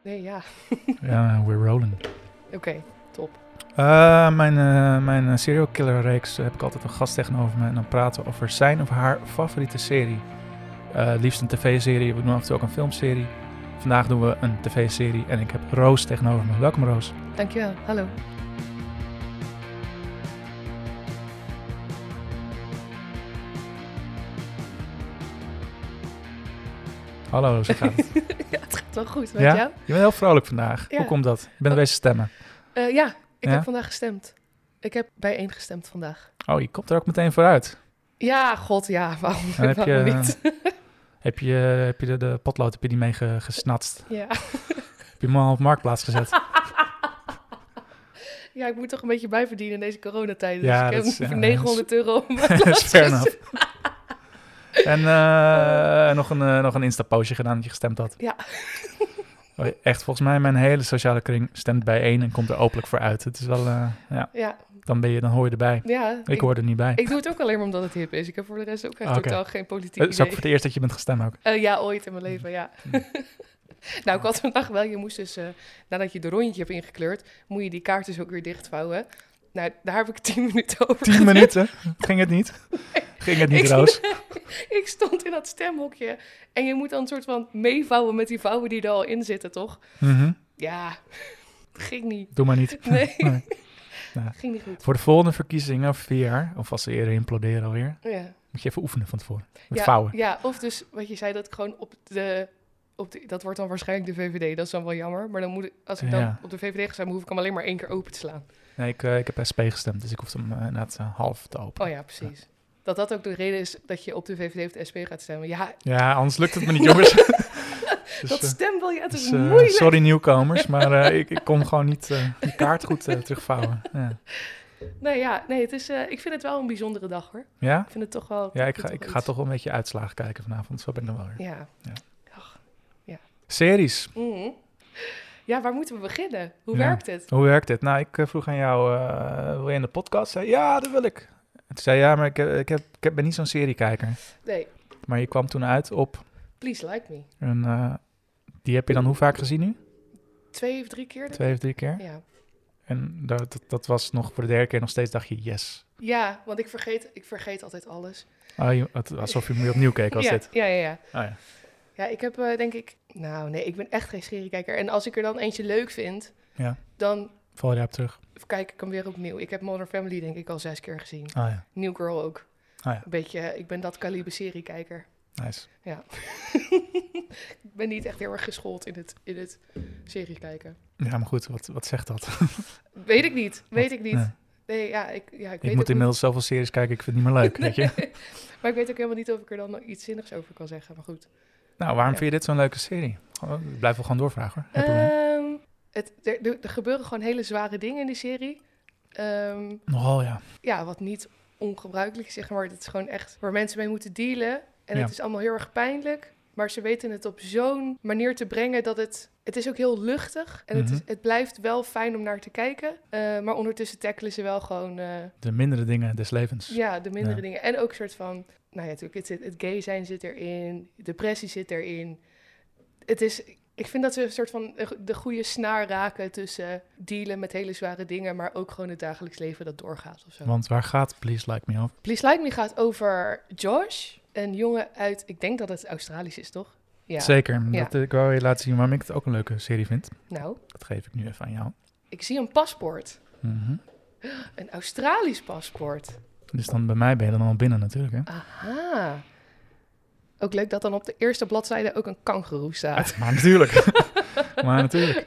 Nee, ja. Ja, we're rolling. Oké, top. Mijn serial killer reeks heb ik altijd een gast tegenover me. En dan praten we over zijn of haar favoriete serie. Liefst een tv-serie. We doen af en toe ook een filmserie. Vandaag doen we een tv-serie. En ik heb Roos tegenover me. Welkom Roos. Dankjewel, hallo. Hallo Roos, hoe gaat het? Ja, het gaat wel goed met Ja? jou. Je bent heel vrolijk vandaag. Ja. Hoe komt dat? Je bent wezen stemmen. Ja, ik Ja? heb vandaag gestemd. Ik heb bijeen gestemd vandaag. Oh, je komt er ook meteen vooruit. Ja, god, ja, waarom, En heb waarom je- niet? Heb je de potlood heb je die mee gesnatst? Ja. Heb je hem al op Marktplaats gezet? Ja, ik moet toch een beetje bijverdienen in deze coronatijd. Dus Ja, ik dat heb is- ja, voor 900 euro op mijn Dat is plaats fair gezet. En nog een Insta-postje gedaan dat je gestemd had. Ja. Oh, echt, volgens mij mijn hele sociale kring stemt bijeen en komt er openlijk voor uit. Het is wel, Ja, dan hoor je erbij. ja. Ik hoor er niet bij. Ik doe het ook alleen maar omdat het hip is. Ik heb voor de rest ook echt Oké. totaal geen politiek Het is ook idee. voor het eerst dat je bent gestemd ook. Ja, ooit in mijn leven, ja. Nou, ik had vandaag wel, je moest dus, nadat je de rondje hebt ingekleurd, moet je die kaart dus ook weer dichtvouwen. Nou, daar heb ik 10 minuten over 10 gedaan. minuten? Ging het niet? Ging het niet, Ik- Roos? Ik stond in dat stemhokje en je moet dan een soort van meevouwen met die vouwen die er al in zitten, toch? Mhm. Ja, ging niet. Doe maar niet. Nee, Nee. Nou, ging niet goed. voor de volgende verkiezingen over 4 jaar, of als ze eerder imploderen alweer, Ja. moet je even oefenen van tevoren. Met Ja, vouwen. ja, of dus wat je zei, dat ik gewoon op de... dat wordt dan waarschijnlijk de VVD, dat is dan wel jammer. Maar dan moet ik, als ik dan Ja. op de VVD ga staan, hoef ik hem alleen maar 1 keer open te slaan. Nee, ik heb SP gestemd, dus ik hoef hem inderdaad half te openen. Oh ja, precies. Dat ook de reden is dat je op de VVD of de SP gaat stemmen. Ja, Ja, anders lukt het me niet, jongens. Dus, dat stembiljet is dus, moeilijk. sorry nieuwkomers, maar ik kon gewoon niet die kaart goed terugvouwen. Ja? Nee, het is, ik vind het wel een bijzondere dag, hoor. Ja? Ik vind het toch wel... Ja, ik ik ga toch wel een beetje uitslagen kijken vanavond. Zo ben ik dan wel weer. Ja. Ja. Ach, Series. mhm. Ja, waar moeten we beginnen? Hoe Ja. werkt het? Hoe werkt dit? Nou, ik vroeg aan jou, wil je in de podcast? Zei, ja, dat wil ik. En toen zei ja, maar ik ben niet zo'n seriekijker. Nee, Maar je kwam toen uit op Please Like Me. een... die heb je dan hoe vaak gezien nu? 2 of 3 keer? denk 2 of 3 keer? ik. Ja. En dat was nog voor de derde keer nog steeds dacht je yes. Ja, want ik vergeet altijd alles. Alsof je hem weer opnieuw keek was ja, dit. ja. Oh, ja. Ja, ik heb denk ik... Nou, nee, ik ben echt geen seriekijker. En als ik er dan eentje leuk vind, Ja. dan Val je daarop terug? kijk ik hem weer opnieuw. Ik heb Modern Family denk ik al 6 keer gezien. Oh ja, New Girl ook. oh, ja. Een beetje, ik ben dat kaliber seriekijker. Nice. Ja. Ik ben niet echt heel erg geschoold in het serie kijken. Ja, maar goed, wat zegt dat? Weet ik niet. Nee. Nee, ja, ik weet Ik ook moet inmiddels zoveel series kijken, ik vind het niet meer leuk, weet je? niet. Maar ik weet ook helemaal niet of ik er dan nog iets zinnigs over kan zeggen. Maar goed. Nou, waarom Ja. vind je dit zo'n leuke serie? Ik blijf wel gewoon doorvragen hoor. Geen probleem. Er gebeuren gewoon hele zware dingen in die serie. Nogal, ja. Ja, wat niet ongebruikelijk is, zeg maar. Het is gewoon echt waar mensen mee moeten dealen. En Ja. het is allemaal heel erg pijnlijk. Maar ze weten het op zo'n manier te brengen dat het is ook heel luchtig. En Mhm. het blijft wel fijn om naar te kijken. Maar ondertussen tackelen ze wel gewoon De mindere dingen des levens. ja, de mindere Ja. dingen. En ook een soort van, nou ja, natuurlijk, het gay zijn zit erin. Depressie zit erin. Ik vind dat ze een soort van de goede snaar raken tussen dealen met hele zware dingen, maar ook gewoon het dagelijks leven dat doorgaat of zo. Want waar gaat Please Like Me over? Please Like Me gaat over Josh, een jongen uit, ik denk dat het Australisch is, toch? Ja. Zeker, Ja. ik wou je laten zien waarom ik het ook een leuke serie vind. Nou, Dat geef ik nu even aan jou. ik zie een paspoort. Mhm. Een Australisch paspoort. Dus dan bij mij ben je dan al binnen natuurlijk, hè? Aha. Ook leuk dat dan op de eerste bladzijde ook een kangoeroe staat. Maar natuurlijk. Maar natuurlijk.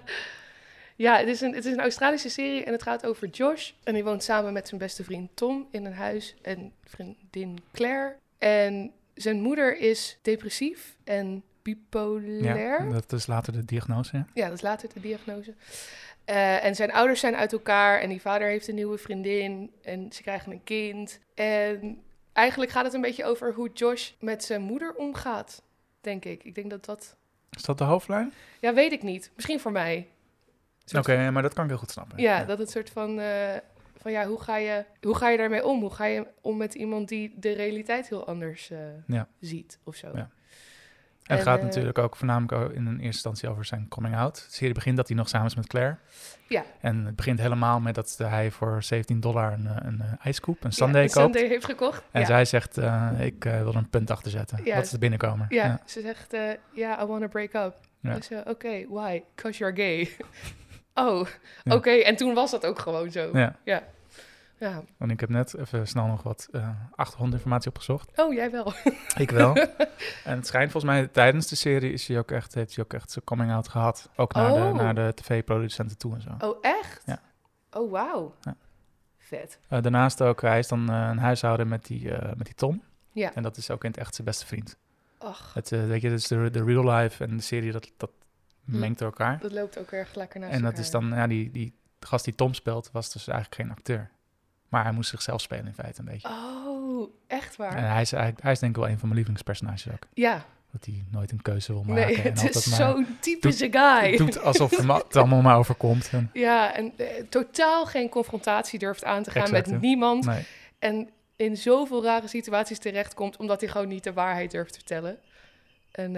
Ja, het is een Australische serie en het gaat over Josh. En hij woont samen met zijn beste vriend Tom in een huis en vriendin Claire. En zijn moeder is depressief en bipolair. Ja, dat is later de diagnose. Ja. Ja, dat is later de diagnose. En zijn ouders zijn uit elkaar en die vader heeft een nieuwe vriendin en ze krijgen een kind. En eigenlijk gaat het een beetje over hoe Josh met zijn moeder omgaat, denk ik. Ik denk dat... Is dat de hoofdlijn? Ja, weet ik niet. Misschien voor mij. Oké, maar dat kan ik heel goed snappen. Ja, dat het soort van ja, hoe ga je daarmee om? Hoe ga je om met iemand die de realiteit heel anders Ja. ziet of zo? Ja. En het gaat natuurlijk ook voornamelijk in een eerste instantie over zijn coming out. De serie begint dat hij nog samen is met Claire. Ja. En het begint helemaal met dat hij voor $17 een ijskoep, een sundae een koopt. sundae heeft gekocht. En zij zegt, ik wil er een punt achter zetten. Ja. Dat is de binnenkomer. Ja, ze zegt, I want to break up. Ja. Ik zei, oké, why? Because you're gay. Oké. En toen was dat ook gewoon zo. Ja. Want ik heb net even snel nog wat achtergrondinformatie opgezocht. Oh, jij wel. Ik wel. En het schijnt volgens mij tijdens de serie heeft hij ook echt zijn coming out gehad. Ook naar de tv-producenten toe en zo. Oh, echt? Ja. Oh, wauw. Ja. Vet. Daarnaast ook, hij is dan een huishouden met die Tom. Ja. En dat is ook in het echt zijn beste vriend. Ach. Weet je, dus de real life en de serie, dat mengt door elkaar. Dat loopt ook erg lekker naast En elkaar. dat is dan, die gast die Tom speelt, was dus eigenlijk geen acteur. Maar hij moest zichzelf spelen in feite een beetje. Oh, echt waar? En hij is denk ik wel een van mijn lievelingspersonages ook. Ja. Dat hij nooit een keuze wil maken. Nee, en het is altijd maar zo'n typische guy. doet alsof het allemaal maar overkomt. En, ja, en totaal geen confrontatie durft aan te gaan met niemand. Nee. En in zoveel rare situaties terechtkomt, omdat hij gewoon niet de waarheid durft te vertellen. En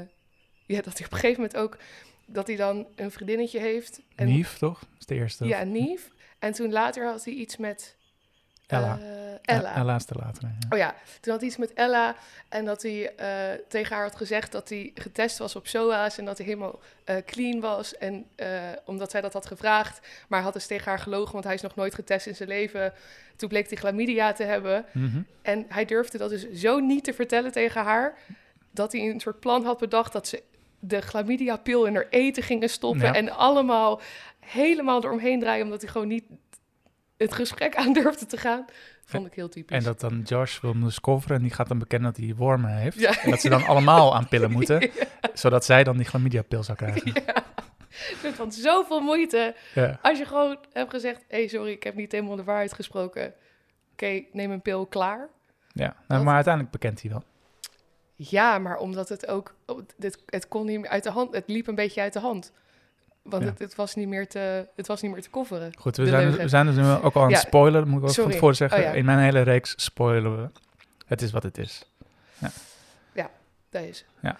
dat hij op een gegeven moment ook, dat hij dan een vriendinnetje heeft. En, Nief, toch? Dat is de eerste. Ja, Nief. En toen later had hij iets met... Ella. Ella. Ella is te later. Ja. Oh ja, toen had hij iets met Ella en dat hij tegen haar had gezegd dat hij getest was op SOA's en dat hij helemaal clean was. En omdat zij dat had gevraagd, maar hij had dus tegen haar gelogen, want hij is nog nooit getest in zijn leven. Toen bleek hij chlamydia te hebben. Mm-hmm. En hij durfde dat dus zo niet te vertellen tegen haar, dat hij een soort plan had bedacht dat ze de chlamydia-pil in haar eten gingen stoppen en allemaal helemaal eromheen draaien, omdat hij gewoon niet het gesprek aan durfde te gaan. Vond ik heel typisch. En dat dan Josh wil hem dus coveren en die gaat dan bekennen dat hij wormen heeft. Ja. En dat ze dan allemaal aan pillen moeten, zodat zij dan die chlamydia-pil zou krijgen. Ja. Het van zoveel moeite. Ja. Als je gewoon hebt gezegd, sorry, ik heb niet helemaal de waarheid gesproken. Oké, neem een pil, klaar. Ja, maar uiteindelijk bekent hij wel. Ja, maar omdat het ook... Het kon niet meer uit de hand. Het liep een beetje uit de hand. Want het was niet meer te coveren. Goed, we zijn dus nu ook al aan het spoilen. Dat moet ik ook van tevoren zeggen. Oh, ja. In mijn hele reeks spoilen we. Het is wat het is. Ja, dat is. Ja.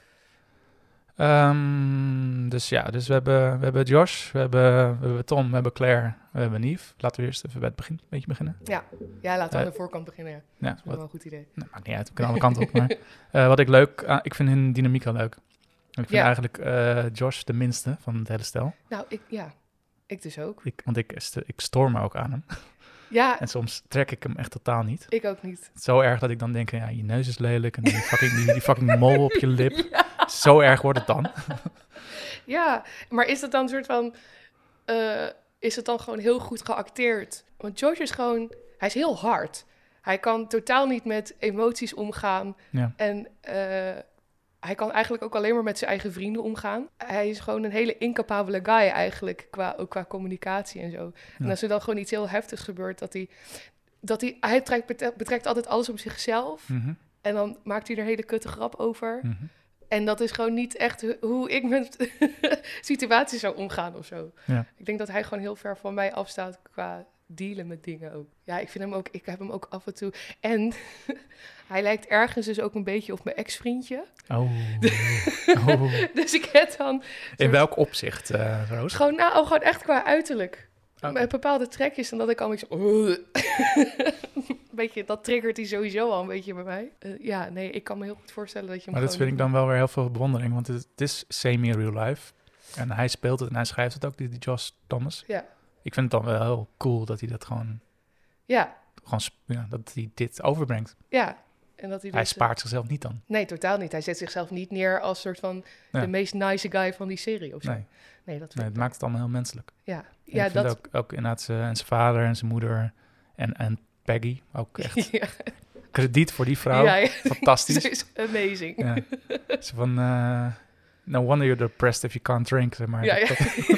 Dus we hebben Josh, we hebben Tom, we hebben Claire, we hebben Nief. Laten we eerst even bij het begin een beetje beginnen. Ja, laten we aan de voorkant beginnen. Ja. Dat is wel een goed idee. Nou, maakt niet uit, we kunnen alle kanten op. Maar wat ik leuk, ik vind hun dynamiek wel leuk. Ik vind eigenlijk Josh de minste van het hele stel. Nou, ik dus ook. Want ik stoor me ook aan hem. Ja. En soms trek ik hem echt totaal niet. Ik ook niet. Zo erg dat ik dan denk, je neus is lelijk en die fucking mol op je lip. Ja. Zo erg wordt het dan. Ja, maar is het dan een soort van... is het dan gewoon heel goed geacteerd? Want Josh is gewoon... Hij is heel hard. Hij kan totaal niet met emoties omgaan. Ja. En hij kan eigenlijk ook alleen maar met zijn eigen vrienden omgaan. Hij is gewoon een hele incapabele guy eigenlijk, ook qua communicatie en zo. Ja. En als er dan gewoon iets heel heftigs gebeurt, hij betrekt altijd alles op zichzelf. Mm-hmm. En dan maakt hij er een hele kutte grap over. Mm-hmm. En dat is gewoon niet echt hoe ik met situaties zou omgaan of zo. Ja. Ik denk dat hij gewoon heel ver van mij afstaat qua dealen met dingen ook. Ja, ik heb hem ook af en toe. En hij lijkt ergens dus ook een beetje op mijn ex-vriendje. Oh. Dus ik heb dan... In welk opzicht, Roos? Gewoon echt qua uiterlijk. Met bepaalde trekjes en dat ik al een beetje, dat triggert hij sowieso al een beetje bij mij. Ik kan me heel goed voorstellen dat je hem Maar dat vind ik dan wel weer heel veel bewondering, want het is semi-real life. En hij speelt het en hij schrijft het ook, die Josh Thomas. Ja. Ik vind het dan wel heel cool dat hij dat gewoon... Ja. Dat hij dit overbrengt. Ja. En dat hij spaart zichzelf niet dan. Nee, totaal niet. Hij zet zichzelf niet neer als soort van de meest nice guy van die serie of zo. Nee, het maakt het allemaal heel menselijk. Ja. Ja, ik vind ook inderdaad zijn vader en zijn moeder en Peggy ook echt... Ja. Krediet voor die vrouw. Ja. Fantastisch. Ze is amazing. Ja. Ze van... no wonder you're depressed if you can't drink, zeg maar. Ja.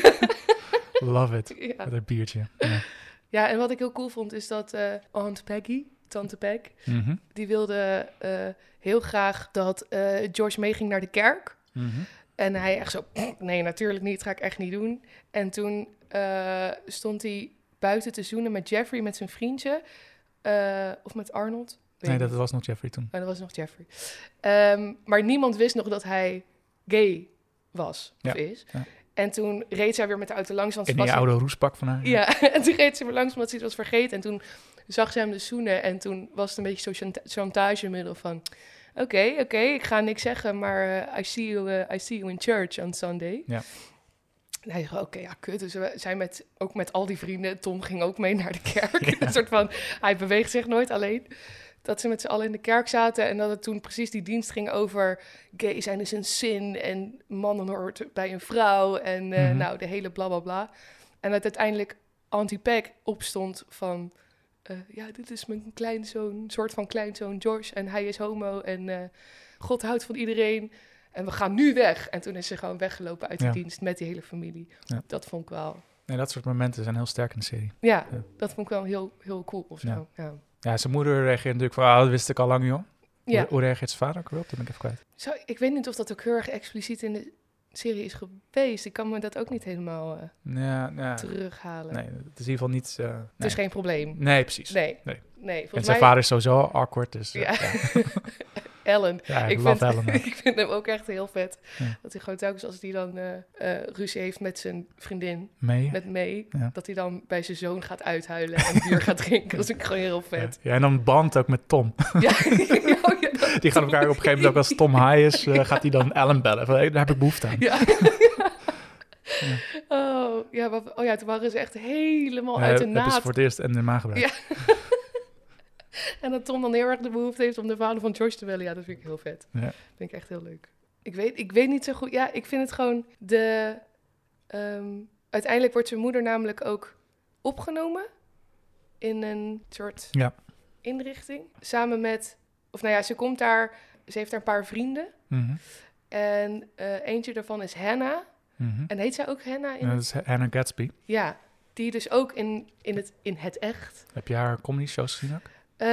Love it. Ja. Met een biertje. Ja, en wat ik heel cool vond is dat Aunt Peggy, Tante Peg, mm-hmm. die wilde heel graag dat George meeging naar de kerk. Mm-hmm. En hij echt zo, nee, natuurlijk niet, ga ik echt niet doen. En toen stond hij buiten te zoenen met Jeffrey, met zijn vriendje. Of met Arnold, Nee, dat was nog Jeffrey toen. Oh, dat was nog Jeffrey. Maar niemand wist nog dat hij gay was of is. Ja. En toen reed zij weer met de auto langs. Want in die oude roespak van haar. Ja, en toen reed ze weer langs omdat ze het was vergeten. En toen zag ze hem de zoenen. En toen was het een beetje zo'n chantagemiddel van... Oké, ik ga niks zeggen, maar I see you in church on Sunday. Ja. En hij zei, oké, kut. Dus we zijn ook met al die vrienden. Tom ging ook mee naar de kerk. Ja. Een soort van, hij beweegt zich nooit alleen. Dat ze met z'n allen in de kerk zaten en dat het toen precies die dienst ging over... gay zijn is een zin en mannen hoort bij een vrouw en nou, de hele blablabla. En dat uiteindelijk Auntie Peg opstond van... dit is mijn kleinzoon, soort van kleinzoon Josh en hij is homo en God houdt van iedereen... En we gaan nu weg. En toen is ze gewoon weggelopen uit de dienst met die hele familie. Ja. Dat vond ik wel... Nee, dat soort momenten zijn heel sterk in de serie. Ja, dat vond ik wel heel, heel cool of zo. Ja, zijn moeder reageert natuurlijk van... dat wist ik al lang, joh. Ja. Hoe reageert zijn vader ook weer op? Dat ben ik even kwijt. Zo, ik weet niet of dat ook heel erg expliciet in de serie is geweest. Ik kan me dat ook niet helemaal terughalen. Nee, het is in ieder geval niet... Het is geen probleem. Nee, precies. Nee. En zijn vader is sowieso awkward, dus... Ellen. Ja, ik vind Ellen. Ik vind hem ook echt heel vet. Ja. Dat hij gewoon telkens als hij dan ruzie heeft met zijn vriendin, met May, dat hij dan bij zijn zoon gaat uithuilen en bier gaat drinken. Dat is ik gewoon heel vet. Ja, en dan band ook met Tom. Ja. Die gaan elkaar op een gegeven moment ook als Tom high is, gaat hij dan Ellen bellen. Van, hey, daar heb ik behoefte aan. Ja. Toen waren ze echt helemaal uit de naad. Dat is voor het eerst NMA gebruikt. Ja. En dat Tom dan heel erg de behoefte heeft om de vader van Josh te bellen. Ja, dat vind ik heel vet. Ja. Dat vind ik echt heel leuk. Ik weet niet zo goed. Ja, ik vind het gewoon uiteindelijk wordt zijn moeder namelijk ook opgenomen in een soort inrichting. Samen met... ze komt daar... Ze heeft daar een paar vrienden. Mm-hmm. En eentje daarvan is Hannah. Mm-hmm. En heet zij ook Hannah? Dat is Hannah Gadsby. Ja, die dus ook in het echt... Heb je haar comedy shows gezien ook?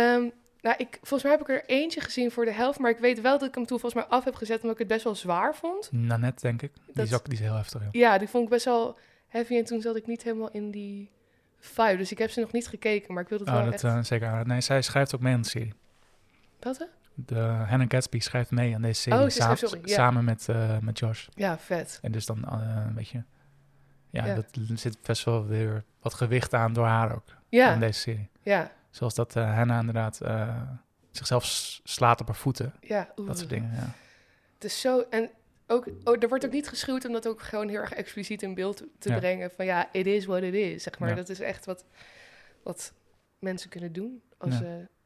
Volgens mij heb ik er eentje gezien voor de helft, maar ik weet wel dat ik hem toen volgens mij af heb gezet omdat ik het best wel zwaar vond. Nanette, denk ik. Die is heel heftig. Ja, die vond ik best wel heavy en toen zat ik niet helemaal in die vibe. Dus ik heb ze nog niet gekeken, maar ik wil het wel echt... Zeker. Nee, zij schrijft ook mee aan de serie. Wat? Hannah Gadsby schrijft mee aan deze serie samen met Josh. Ja, vet. En dus dan een beetje... Ja, dat zit best wel weer wat gewicht aan door haar ook. Ja. In deze serie. Ja. Zoals dat Hannah inderdaad zichzelf slaat op haar voeten. Ja. Dat soort dingen, ja. Het is zo... En ook, er wordt ook niet geschuwd om dat ook gewoon heel erg expliciet in beeld te brengen. Van it is what it is, zeg maar. Ja. Dat is echt wat mensen kunnen doen. Als,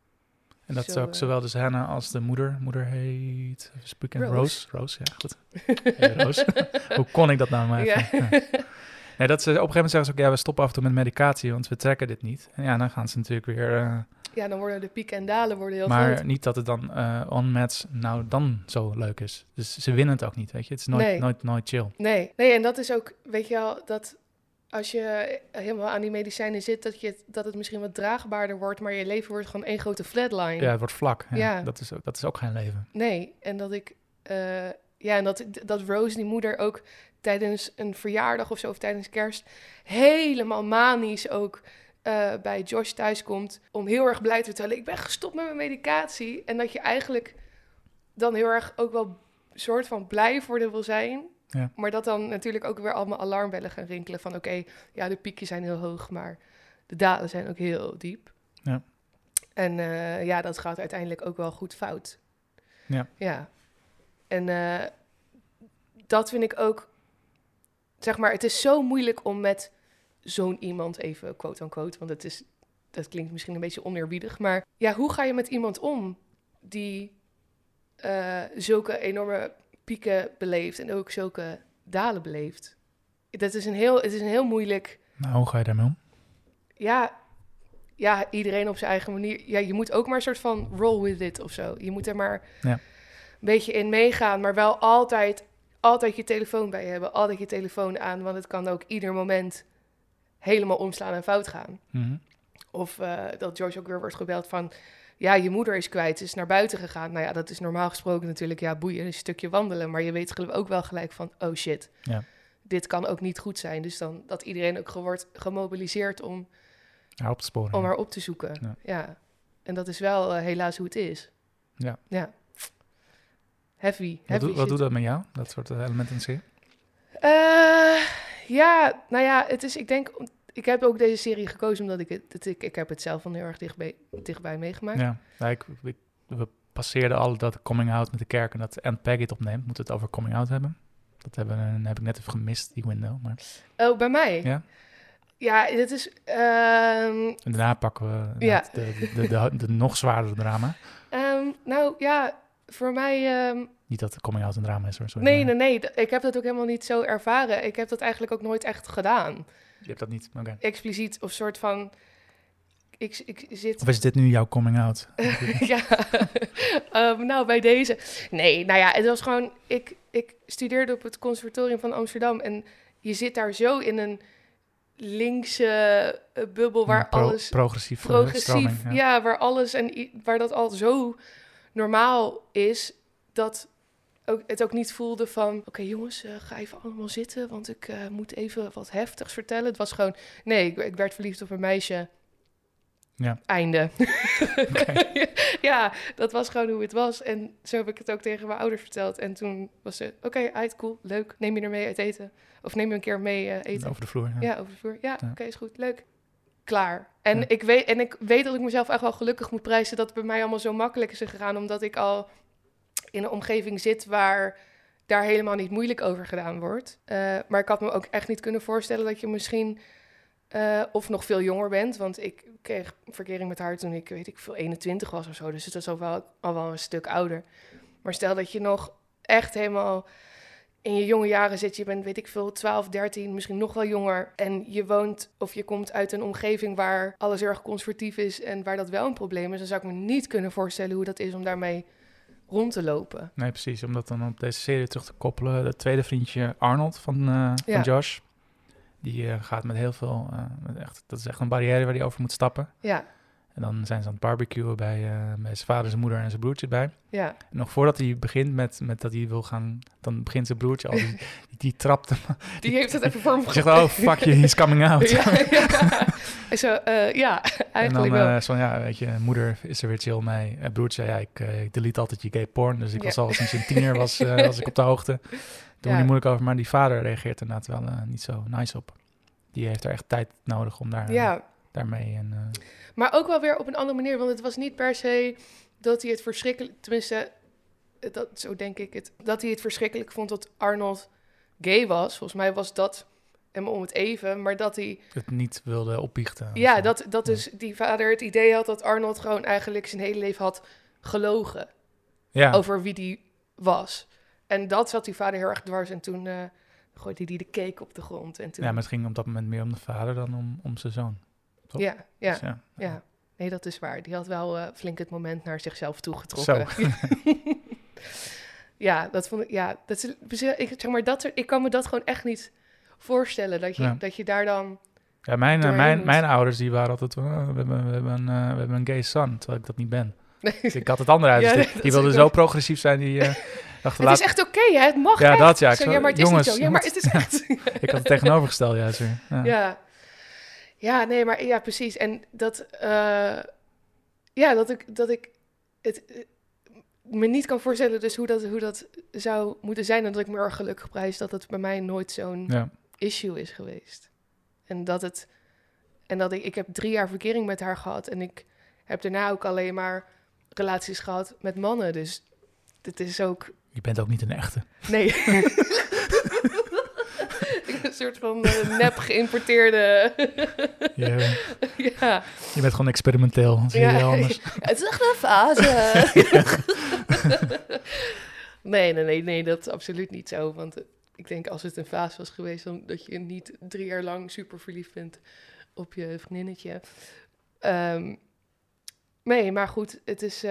en dat is ook zowel dus Hannah als de moeder. Moeder heet... Rose. Rose, ja, goed. Hey, Rose. Hoe kon ik dat nou maar even? Ja. Nee, dat ze op een gegeven moment zeggen ze ook... we stoppen af en toe met medicatie, want we trekken dit niet. En dan gaan ze natuurlijk weer... dan worden de pieken en dalen heel groot. Maar niet dat het dan on-match nou dan zo leuk is. Dus ze winnen het ook niet, weet je. Het is nooit chill. Nee, en dat is ook, weet je wel, dat als je helemaal aan die medicijnen zit... dat het misschien wat draagbaarder wordt... maar je leven wordt gewoon één grote flatline. Ja, het wordt vlak. Ja. Dat is ook geen leven. Nee, en dat ik... en dat Rose, die moeder, ook tijdens een verjaardag of zo... of tijdens kerst, helemaal manisch ook... bij Josh thuis komt om heel erg blij te vertellen... ik ben gestopt met mijn medicatie. En dat je eigenlijk dan heel erg ook wel soort van blij voor de wil zijn... Ja. Maar dat dan natuurlijk ook weer allemaal alarmbellen gaan rinkelen van... oké, de piekjes zijn heel hoog, maar de dalen zijn ook heel diep. Ja. En dat gaat uiteindelijk ook wel goed fout. Ja. En dat vind ik ook... Zeg maar, het is zo moeilijk om met zo'n iemand even quote-unquote... want dat klinkt misschien een beetje oneerbiedig... maar hoe ga je met iemand om die zulke enorme... pieken beleeft en ook zulke dalen beleeft. Het is een heel moeilijk... Nou, hoe ga je daarmee om? Ja, iedereen op zijn eigen manier. Ja, je moet ook maar een soort van roll with it of zo. Je moet er maar een beetje in meegaan, maar wel altijd je telefoon bij je hebben. Altijd je telefoon aan, want het kan ook ieder moment helemaal omslaan en fout gaan. Mm-hmm. Of dat George ook weer wordt gebeld van... je moeder is kwijt, ze is naar buiten gegaan. Nou ja, dat is normaal gesproken natuurlijk, boeien, een stukje wandelen. Maar je weet ook wel gelijk van, oh shit, dit kan ook niet goed zijn. Dus dan dat iedereen ook wordt gemobiliseerd om haar op te sporen. Om haar op te zoeken, ja. En dat is wel helaas hoe het is. Ja. Heavy Wat doet dat met jou, dat soort elementen in de serie? Ja, nou ja, het is, ik denk... Ik heb ook deze serie gekozen omdat ik heb het zelf al heel erg dichtbij meegemaakt. Ja, we passeerden al dat coming out met de kerk en dat Aunt Peggy het opneemt. Moeten we het over coming out hebben? Dat heb ik net even gemist, die window. Maar... Oh, bij mij? Ja. Ja, dit is... En daarna pakken we de nog zwaardere drama. Nou ja, voor mij... Niet dat de coming out een drama is, hoor. Sorry, Nee. Ik heb dat ook helemaal niet zo ervaren. Ik heb dat eigenlijk ook nooit echt gedaan. Je hebt dat niet? Oké. Expliciet of soort van... Ik zit... Of is dit nu jouw coming out? Ja, nou bij deze... Nee, nou ja, het was gewoon... Ik studeerde op het conservatorium van Amsterdam en je zit daar zo in een linkse bubbel waar alles... Progressief, stroming, ja, waar alles en waar dat al zo normaal is, dat het ook niet voelde van... Oké, jongens, ga even allemaal zitten, want ik moet even wat heftigs vertellen. Het was gewoon... Nee, ik werd verliefd op een meisje... Ja. Einde. Okay. Ja, dat was gewoon hoe het was. En zo heb ik het ook tegen mijn ouders verteld. En toen was ze, oké, cool, leuk. Neem je er mee uit eten? Of neem je een keer mee eten? Over de vloer. Ja, over de vloer. Ja. Oké, is goed, leuk. Klaar. En ik weet dat ik mezelf echt wel gelukkig moet prijzen... dat het bij mij allemaal zo makkelijk is gegaan... omdat ik al in een omgeving zit waar daar helemaal niet moeilijk over gedaan wordt. Maar ik had me ook echt niet kunnen voorstellen dat je misschien... of nog veel jonger bent, want ik kreeg verkering met haar toen ik, 21 was of zo. Dus het was al wel een stuk ouder. Maar stel dat je nog echt helemaal in je jonge jaren zit. Je bent, 12, 13, misschien nog wel jonger. En je woont of je komt uit een omgeving waar alles erg conservatief is... en waar dat wel een probleem is. Dan zou ik me niet kunnen voorstellen hoe dat is om daarmee rond te lopen. Nee, precies. Om dat dan op deze serie terug te koppelen. Het tweede vriendje Arnold van Josh... Die gaat met heel veel... dat is echt een barrière waar hij over moet stappen. Ja. En dan zijn ze aan het barbecuen bij zijn vader, zijn moeder en zijn broertje bij. Ja. En nog voordat hij begint met dat hij wil gaan... Dan begint zijn broertje al, die trapt hem. Die heeft het even voor hem gezegd. Zegt, fuck you, he's coming out. Ja. Zo, eigenlijk en dan, wel. Weet je, moeder is er weer chill mee. Broertje, ik delete altijd je gay porn. Dus ik was al sinds een tiener was ik op de hoogte. Doe niet moeilijk over, maar die vader reageert inderdaad wel niet zo nice op. Die heeft er echt tijd nodig om daarmee... Maar ook wel weer op een andere manier, want het was niet per se dat hij het verschrikkelijk... Tenminste, zo denk ik het. Dat hij het verschrikkelijk vond dat Arnold gay was. Volgens mij was dat hem om het even, maar dat hij... Het niet wilde opbiechten. Ja, dat dus die vader het idee had dat Arnold gewoon eigenlijk zijn hele leven had gelogen. Ja. Over wie die was. En dat zat die vader heel erg dwars. En toen gooide hij de cake op de grond. En toen... Ja, maar het ging op dat moment meer om de vader dan om zijn zoon. Toch? Ja. Dus Ja. Nee, dat is waar. Die had wel flink het moment naar zichzelf toegetrokken. Ja, dat vond ik... Ja, ik kan me dat gewoon echt niet voorstellen. Dat je daar dan... Ja, mijn ouders die waren altijd... we hebben een gay son, terwijl ik dat niet ben. Dus ik had het andere uit. Dus die wilden zo progressief zijn. Die dachten... Het is echt oké, hè? Het mag echt. Dat ja. Zo, maar het is niet zo. Ja, maar het is echt... Ik had het tegenovergesteld juist weer. Ja, nee, maar ja, precies. En dat... dat ik het me niet kan voorstellen dus hoe dat zou moeten zijn. En dat ik me erg gelukkig prijs dat het bij mij nooit zo'n issue is geweest. En dat ik heb 3 jaar verkering met haar gehad. En ik heb daarna ook alleen maar relaties gehad met mannen. Dus dit is ook... Je bent ook niet een echte. Nee. Een soort van nep geïmporteerde... Ja. Je bent gewoon experimenteel. Zie je anders. Het is echt een fase. Nee, dat is absoluut niet zo. Want ik denk als het een fase was geweest... dan dat je niet 3 jaar lang super verliefd bent op je vriendinnetje. Nee, maar goed, het is...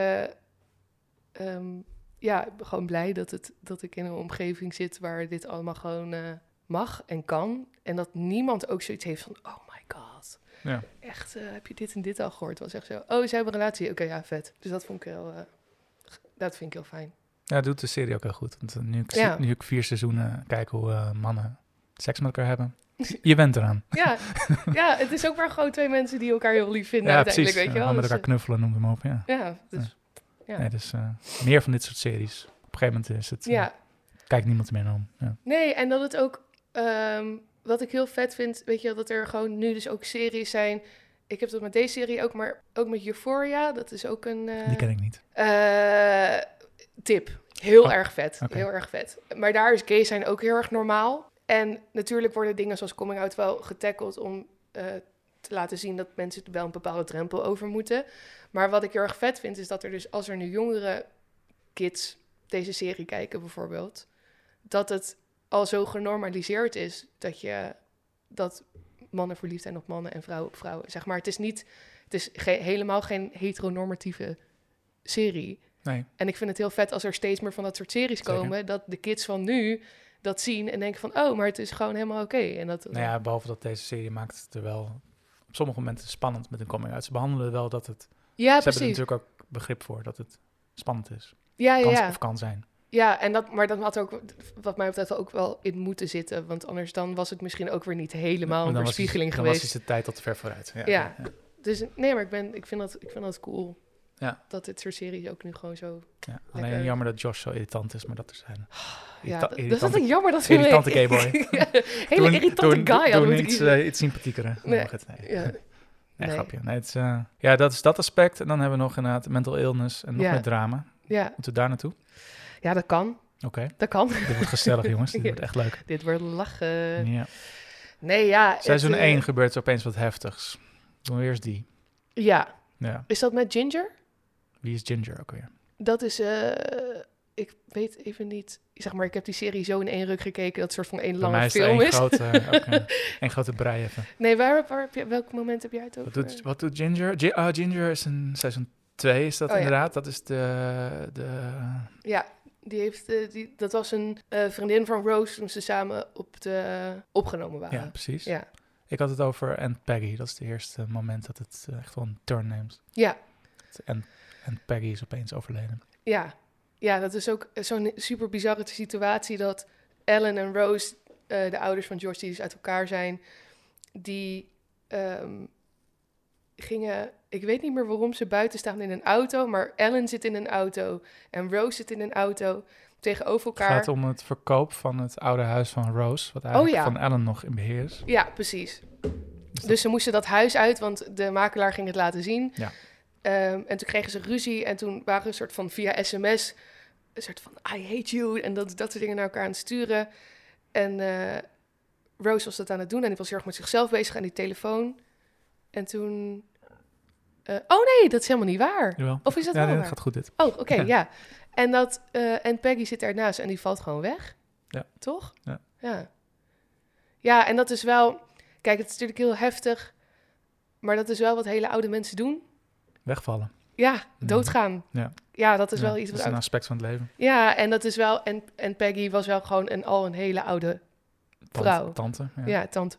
ik ben gewoon blij dat ik in een omgeving zit... waar dit allemaal gewoon... mag en kan. En dat niemand ook zoiets heeft van... oh my god. Ja. Echt, heb je dit en dit al gehoord? Het was echt zo... oh, ze hebben een relatie. Oké, ja, vet. Dus dat vond ik dat vind ik heel fijn. Ja, dat doet de serie ook heel goed. Want nu ik 4 seizoenen kijk hoe mannen seks met elkaar hebben... Je bent eraan. Ja, het is ook maar gewoon 2 mensen die elkaar heel lief vinden uiteindelijk, weet je wel. Gewoon met Dus, elkaar knuffelen, noem hem op, ja. dus... Ja. Nee, dus meer van dit soort series. Op een gegeven moment is het... kijkt niemand meer naar om. Ja. Nee, en dat het ook... wat ik heel vet vind, weet je, dat er gewoon nu dus ook series zijn. Ik heb dat met deze serie ook, maar ook met Euphoria. Dat is ook een... Die ken ik niet. Tip. Heel erg vet. Okay. Heel erg vet. Maar daar is gay zijn ook heel erg normaal. En natuurlijk worden dingen zoals coming out wel getackeld om te laten zien dat mensen wel een bepaalde drempel over moeten. Maar wat ik heel erg vet vind, is dat er dus, als er nu jongere kids deze serie kijken bijvoorbeeld, dat het al zo genormaliseerd is dat mannen verliefd zijn op mannen en vrouwen op vrouwen. Zeg maar, het is helemaal geen heteronormatieve serie. Nee. En ik vind het heel vet als er steeds meer van dat soort series komen, dat de kids van nu dat zien en denken van, oh, maar het is gewoon helemaal oké. En dat, nou ja, behalve dat deze serie maakt het er wel op sommige momenten spannend met een coming out. Ze behandelen wel dat het... Ja, ze precies. hebben er natuurlijk ook begrip voor dat het spannend is. Of kan zijn. Ja, maar dat had ook, wat mij betreft, ook wel in moeten zitten. Want anders dan was het misschien ook weer niet helemaal een verspiegeling geweest. Dan was de tijd al te ver vooruit. Ja. Dus nee, maar ik vind dat cool. Ja. Dat dit soort series ook nu gewoon zo... Ja, alleen jammer dat Josh zo irritant is, maar dat er zijn. Dat is jammer dat irritante gayboy. Hele irritante guy. Doe iets sympathieker. Nee. Grapje. Nee, dat is dat aspect. En dan hebben we nog inderdaad mental illness en nog meer drama. Ja. Moeten we daar naartoe? Ja, dat kan. Oké. Dat kan. Dit wordt gezellig, jongens. Dit wordt echt leuk. Dit wordt lachen. Ja. Nee, ja. Seizoen 1 gebeurt er opeens wat heftigs. Doen we eerst die. Ja. Is dat met Ginger? Wie is Ginger ook weer? Dat is... ik weet even niet... Zeg maar, ik heb die serie zo in 1 ruk gekeken... dat het soort van 1 lange film is. Een grote brei even. Nee, welk moment heb jij het over? Wat doet Ginger? Ginger is in seizoen 2, is dat inderdaad. Ja. Dat is de... Ja, dat was een vriendin van Rose... toen ze samen opgenomen waren. Ja, precies. Ja. Ik had het over Aunt Peggy. Dat is het eerste moment dat het echt wel een turn neemt. Ja. En Peggy is opeens overleden. Ja, dat is ook zo'n super bizarre situatie... dat Ellen en Rose, de ouders van Josh... die dus uit elkaar zijn... die gingen... Ik weet niet meer waarom ze buiten staan in een auto... maar Ellen zit in een auto en Rose zit in een auto... tegenover elkaar. Het gaat om het verkoop van het oude huis van Rose... wat eigenlijk van Ellen nog in beheer is. Ja, precies. Dus ze moesten dat huis uit... want de makelaar ging het laten zien... Ja. En toen kregen ze ruzie en toen waren een soort van via sms... een soort van I hate you en dat soort dingen naar elkaar aan het sturen. En Rose was dat aan het doen en die was heel erg met zichzelf bezig aan die telefoon. En toen... oh nee, dat is helemaal niet waar. Jawel. Of is dat wel waar? Ja, dat gaat goed dit. Oh, oké, ja. En Peggy zit daarnaast en die valt gewoon weg. Ja. Toch? Ja. Ja, en dat is wel... Kijk, het is natuurlijk heel heftig... maar dat is wel wat hele oude mensen doen... Wegvallen. Ja, doodgaan. Ja, dat is wel iets... Dat is een aspect van het leven. Ja, en dat is wel... En Peggy was wel gewoon een hele oude vrouw. Tante. Ja, tante.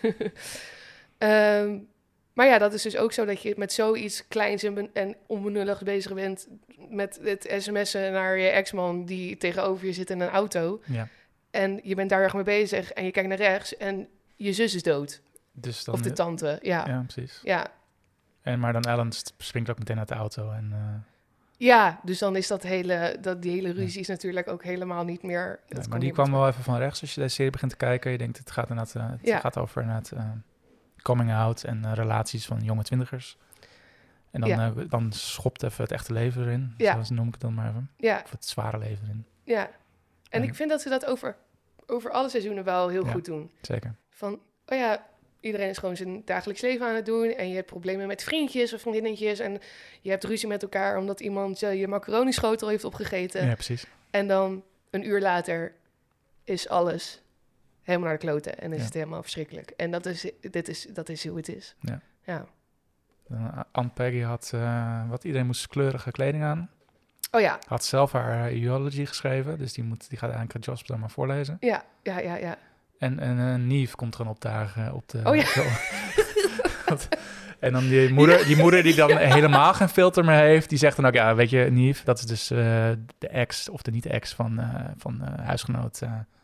Maar ja, dat is dus ook zo dat je met zoiets kleins en onbenulligs bezig bent... met het sms'en naar je ex-man die tegenover je zit in een auto. Ja. En je bent daar erg mee bezig en je kijkt naar rechts en je zus is dood. Dus dan, of de tante, ja. Ja, precies. Ja. Maar dan Ellen springt ook meteen uit de auto. Ja, dus dan is die hele ruzie is natuurlijk ook helemaal niet meer... maar die kwam wel even van rechts als je deze serie begint te kijken. Je denkt, het gaat gaat over coming out en relaties van jonge twintigers. En dan schopt even het echte leven erin. Zoals noem ik het dan maar even. Ja. Of het zware leven erin. Ja. En ik vind dat ze dat over alle seizoenen wel heel goed doen. Zeker. Van, oh ja... Iedereen is gewoon zijn dagelijks leven aan het doen. En je hebt problemen met vriendjes of vriendinnetjes. En je hebt ruzie met elkaar omdat iemand je macaroni-schotel heeft opgegeten. Ja, precies. En dan een uur later is alles helemaal naar de kloten. En is het helemaal verschrikkelijk. En dat is hoe het is. Ja. Aunt Peggy had iedereen moest kleurige kleding aan. Oh ja. Had zelf haar eulogy geschreven. Dus die gaat eigenlijk aan Josh dan maar voorlezen. Ja. En Neve komt gewoon opdagen op de... Oh ja. En dan die moeder die dan helemaal geen filter meer heeft... die zegt dan ook, ja, weet je, Neve... dat is dus de ex of de niet-ex van huisgenoot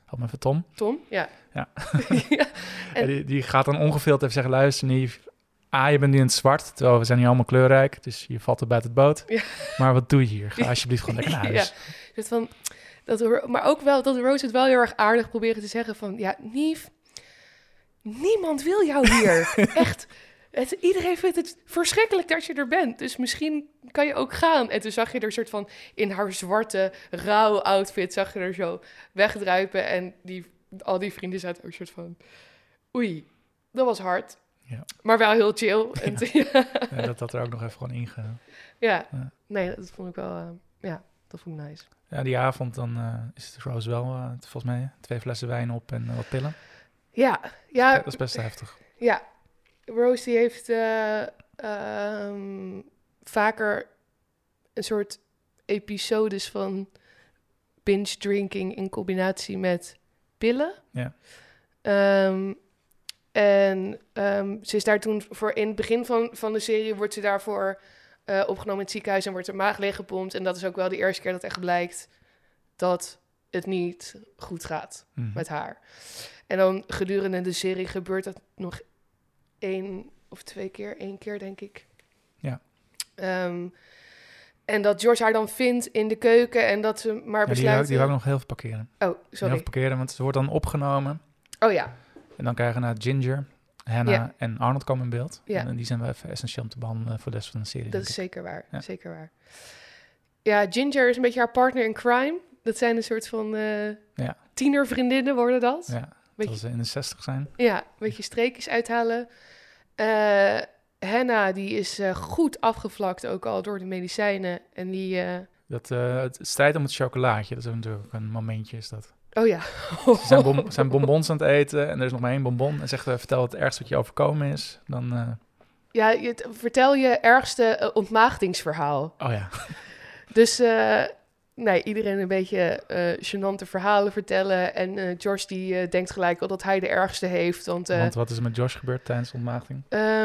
help me even, Tom. Tom, ja. Ja. Ja. En die gaat dan ongeveeld even zeggen, luister Nief, je bent nu in het zwart, terwijl we zijn niet allemaal kleurrijk, dus je valt er buiten het boot. Ja. Maar wat doe je hier? Ga alsjeblieft gewoon lekker naar huis. Ja. Maar ook wel dat Rose het wel heel erg aardig proberen te zeggen van... Ja, Nief, niemand wil jou hier. Echt. Iedereen vindt het verschrikkelijk dat je er bent. Dus misschien kan je ook gaan. En toen zag je er soort van in haar zwarte, rauw outfit... zag je er zo wegdruipen. En al die vrienden zaten ook soort van... Oei, dat was hard. Ja. Maar wel heel chill. En Ja, dat er ook nog even gewoon ingegaan. Ja, Ja. Nee, dat vond ik wel... dat vond ik nice. Ja, die avond dan is het Rose wel, volgens mij, 2 flessen wijn op en wat pillen. Ja. Dat is best heftig. Ja, Rose die heeft vaker een soort episodes van binge drinking in combinatie met pillen. Ja. Ze is daar toen voor in het begin van de serie wordt ze daarvoor opgenomen in het ziekenhuis en wordt haar maag leeggepompt. En dat is ook wel de eerste keer dat echt blijkt dat het niet goed gaat met haar. En dan gedurende de serie gebeurt dat nog 1 of 2 keer. 1 keer, denk ik. Ja. En dat George haar dan vindt in de keuken en dat ze maar besluit... Die wou ik nog heel veel parkeren. Oh, sorry. Heel veel parkeren, want ze wordt dan opgenomen. Oh ja. En dan krijgen we naar Ginger, Hannah en Arnold komen in beeld. Ja. En die zijn wel even essentieel om te behandelen voor de rest van de serie. Dat is zeker waar. Ja. Zeker waar. Ja, Ginger is een beetje haar partner in crime. Dat zijn een soort van tienervriendinnen worden dat. Ja, terwijl ze in de 60 zijn. Ja, een beetje streekjes uithalen. Hannah, die is goed afgevlakt ook al door de medicijnen. En die... Het strijd om het chocolaatje, dat is natuurlijk ook een momentje, is dat. Oh ja. Ze zijn bonbons aan het eten en er is nog maar 1 bonbon. En zegt, vertel het ergste wat je overkomen is. Dan... Ja, vertel je ergste ontmaagdingsverhaal. Oh ja. Dus iedereen een beetje gênante verhalen vertellen. En Josh die denkt gelijk al dat hij de ergste heeft. Want wat is er met Josh gebeurd tijdens de ontmaagding?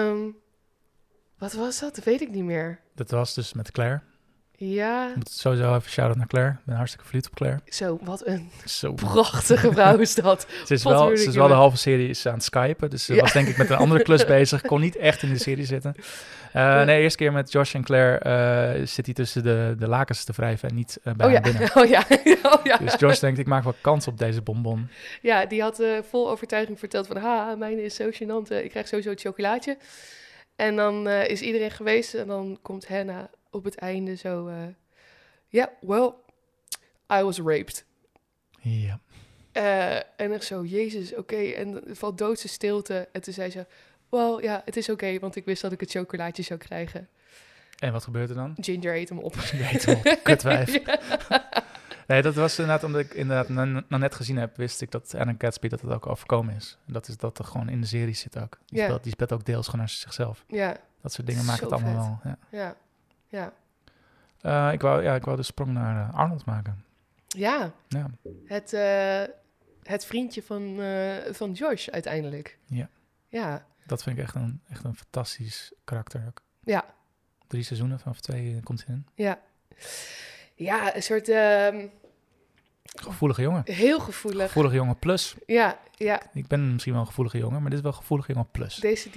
Wat was dat? Dat weet ik niet meer. Dat was dus met Claire. Ja. Ik moet sowieso even shout-out naar Claire. Ik ben hartstikke verliefd op Claire. Zo, wat een prachtige vrouw is dat. Ze is wel de halve serie aan het skypen. Dus ze was denk ik met een andere klus bezig. Kon niet echt in de serie zitten. Nee, eerste keer met Josh en Claire zit hij tussen de lakens te wrijven en niet bij haar binnen. Oh ja. Dus Josh denkt, ik maak wel kans op deze bonbon. Ja, die had vol overtuiging verteld van... Mijne is zo gênant, ik krijg sowieso het chocolaatje. En dan is iedereen geweest en dan komt Hannah op het einde zo... well, I was raped. Ja. En echt zo, jezus, oké. En er valt doodse stilte. En toen zei ze... Well, ja, het is oké, want ik wist dat ik het chocolaatje zou krijgen. En wat gebeurt er dan? Ginger eet hem op. Ginger eet hem op, kutwijf. Ja. Nee, dat was inderdaad, omdat ik nog net gezien heb, wist ik dat Anna Gatsby dat het ook overkomen is. En dat is dat er gewoon in de serie zit ook. Die speelt ook deels gewoon naar zichzelf. Ja. Dat soort dingen maken het allemaal wel. Ja. Ik wou de sprong naar Arnold maken. Ja. Het vriendje van Josh uiteindelijk. Ja. Dat vind ik echt een fantastisch karakter ook. Ja. 3 seizoenen, vanaf 2 komt hij in. Ja. Ja, een soort... gevoelige jongen. Heel gevoelig. Gevoelige jongen plus. Ja. Ik ben misschien wel een gevoelige jongen, maar dit is wel een gevoelige jongen plus. Deze,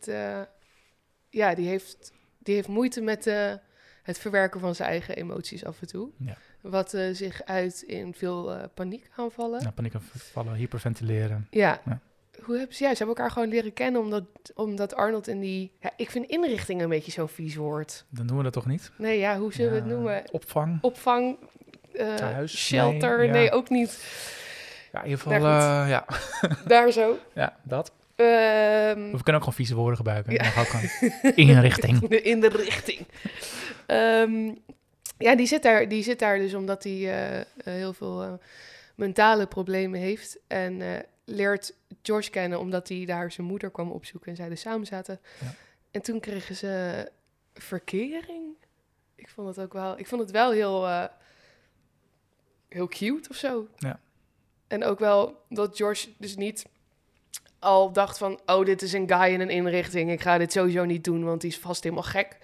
die heeft moeite met het verwerken van zijn eigen emoties af en toe. Ja. Wat zich uit in veel paniekaanvallen. Ja, paniekaanvallen, hyperventileren. Ja. Hoe hebben ze hebben elkaar gewoon leren kennen omdat Arnold in die... Ja, ik vind inrichting een beetje zo'n vies woord. Dan doen we dat toch niet? Nee, hoe zullen we het noemen? Opvang. Thuis, shelter. Nee, ook niet. Ja, in ieder geval, Daar zo. Ja, dat. We kunnen ook gewoon vieze woorden gebruiken. Ja. Dan ook gewoon inrichting. In de richting. Die zit daar dus omdat hij heel veel mentale problemen heeft. En leert George kennen omdat hij daar zijn moeder kwam opzoeken en zij dus samen zaten. Ja. En toen kregen ze verkering. Ik vond het wel heel cute of zo. Ja. En ook wel dat George dus niet al dacht van... dit is een guy in een inrichting. Ik ga dit sowieso niet doen, want die is vast helemaal gek.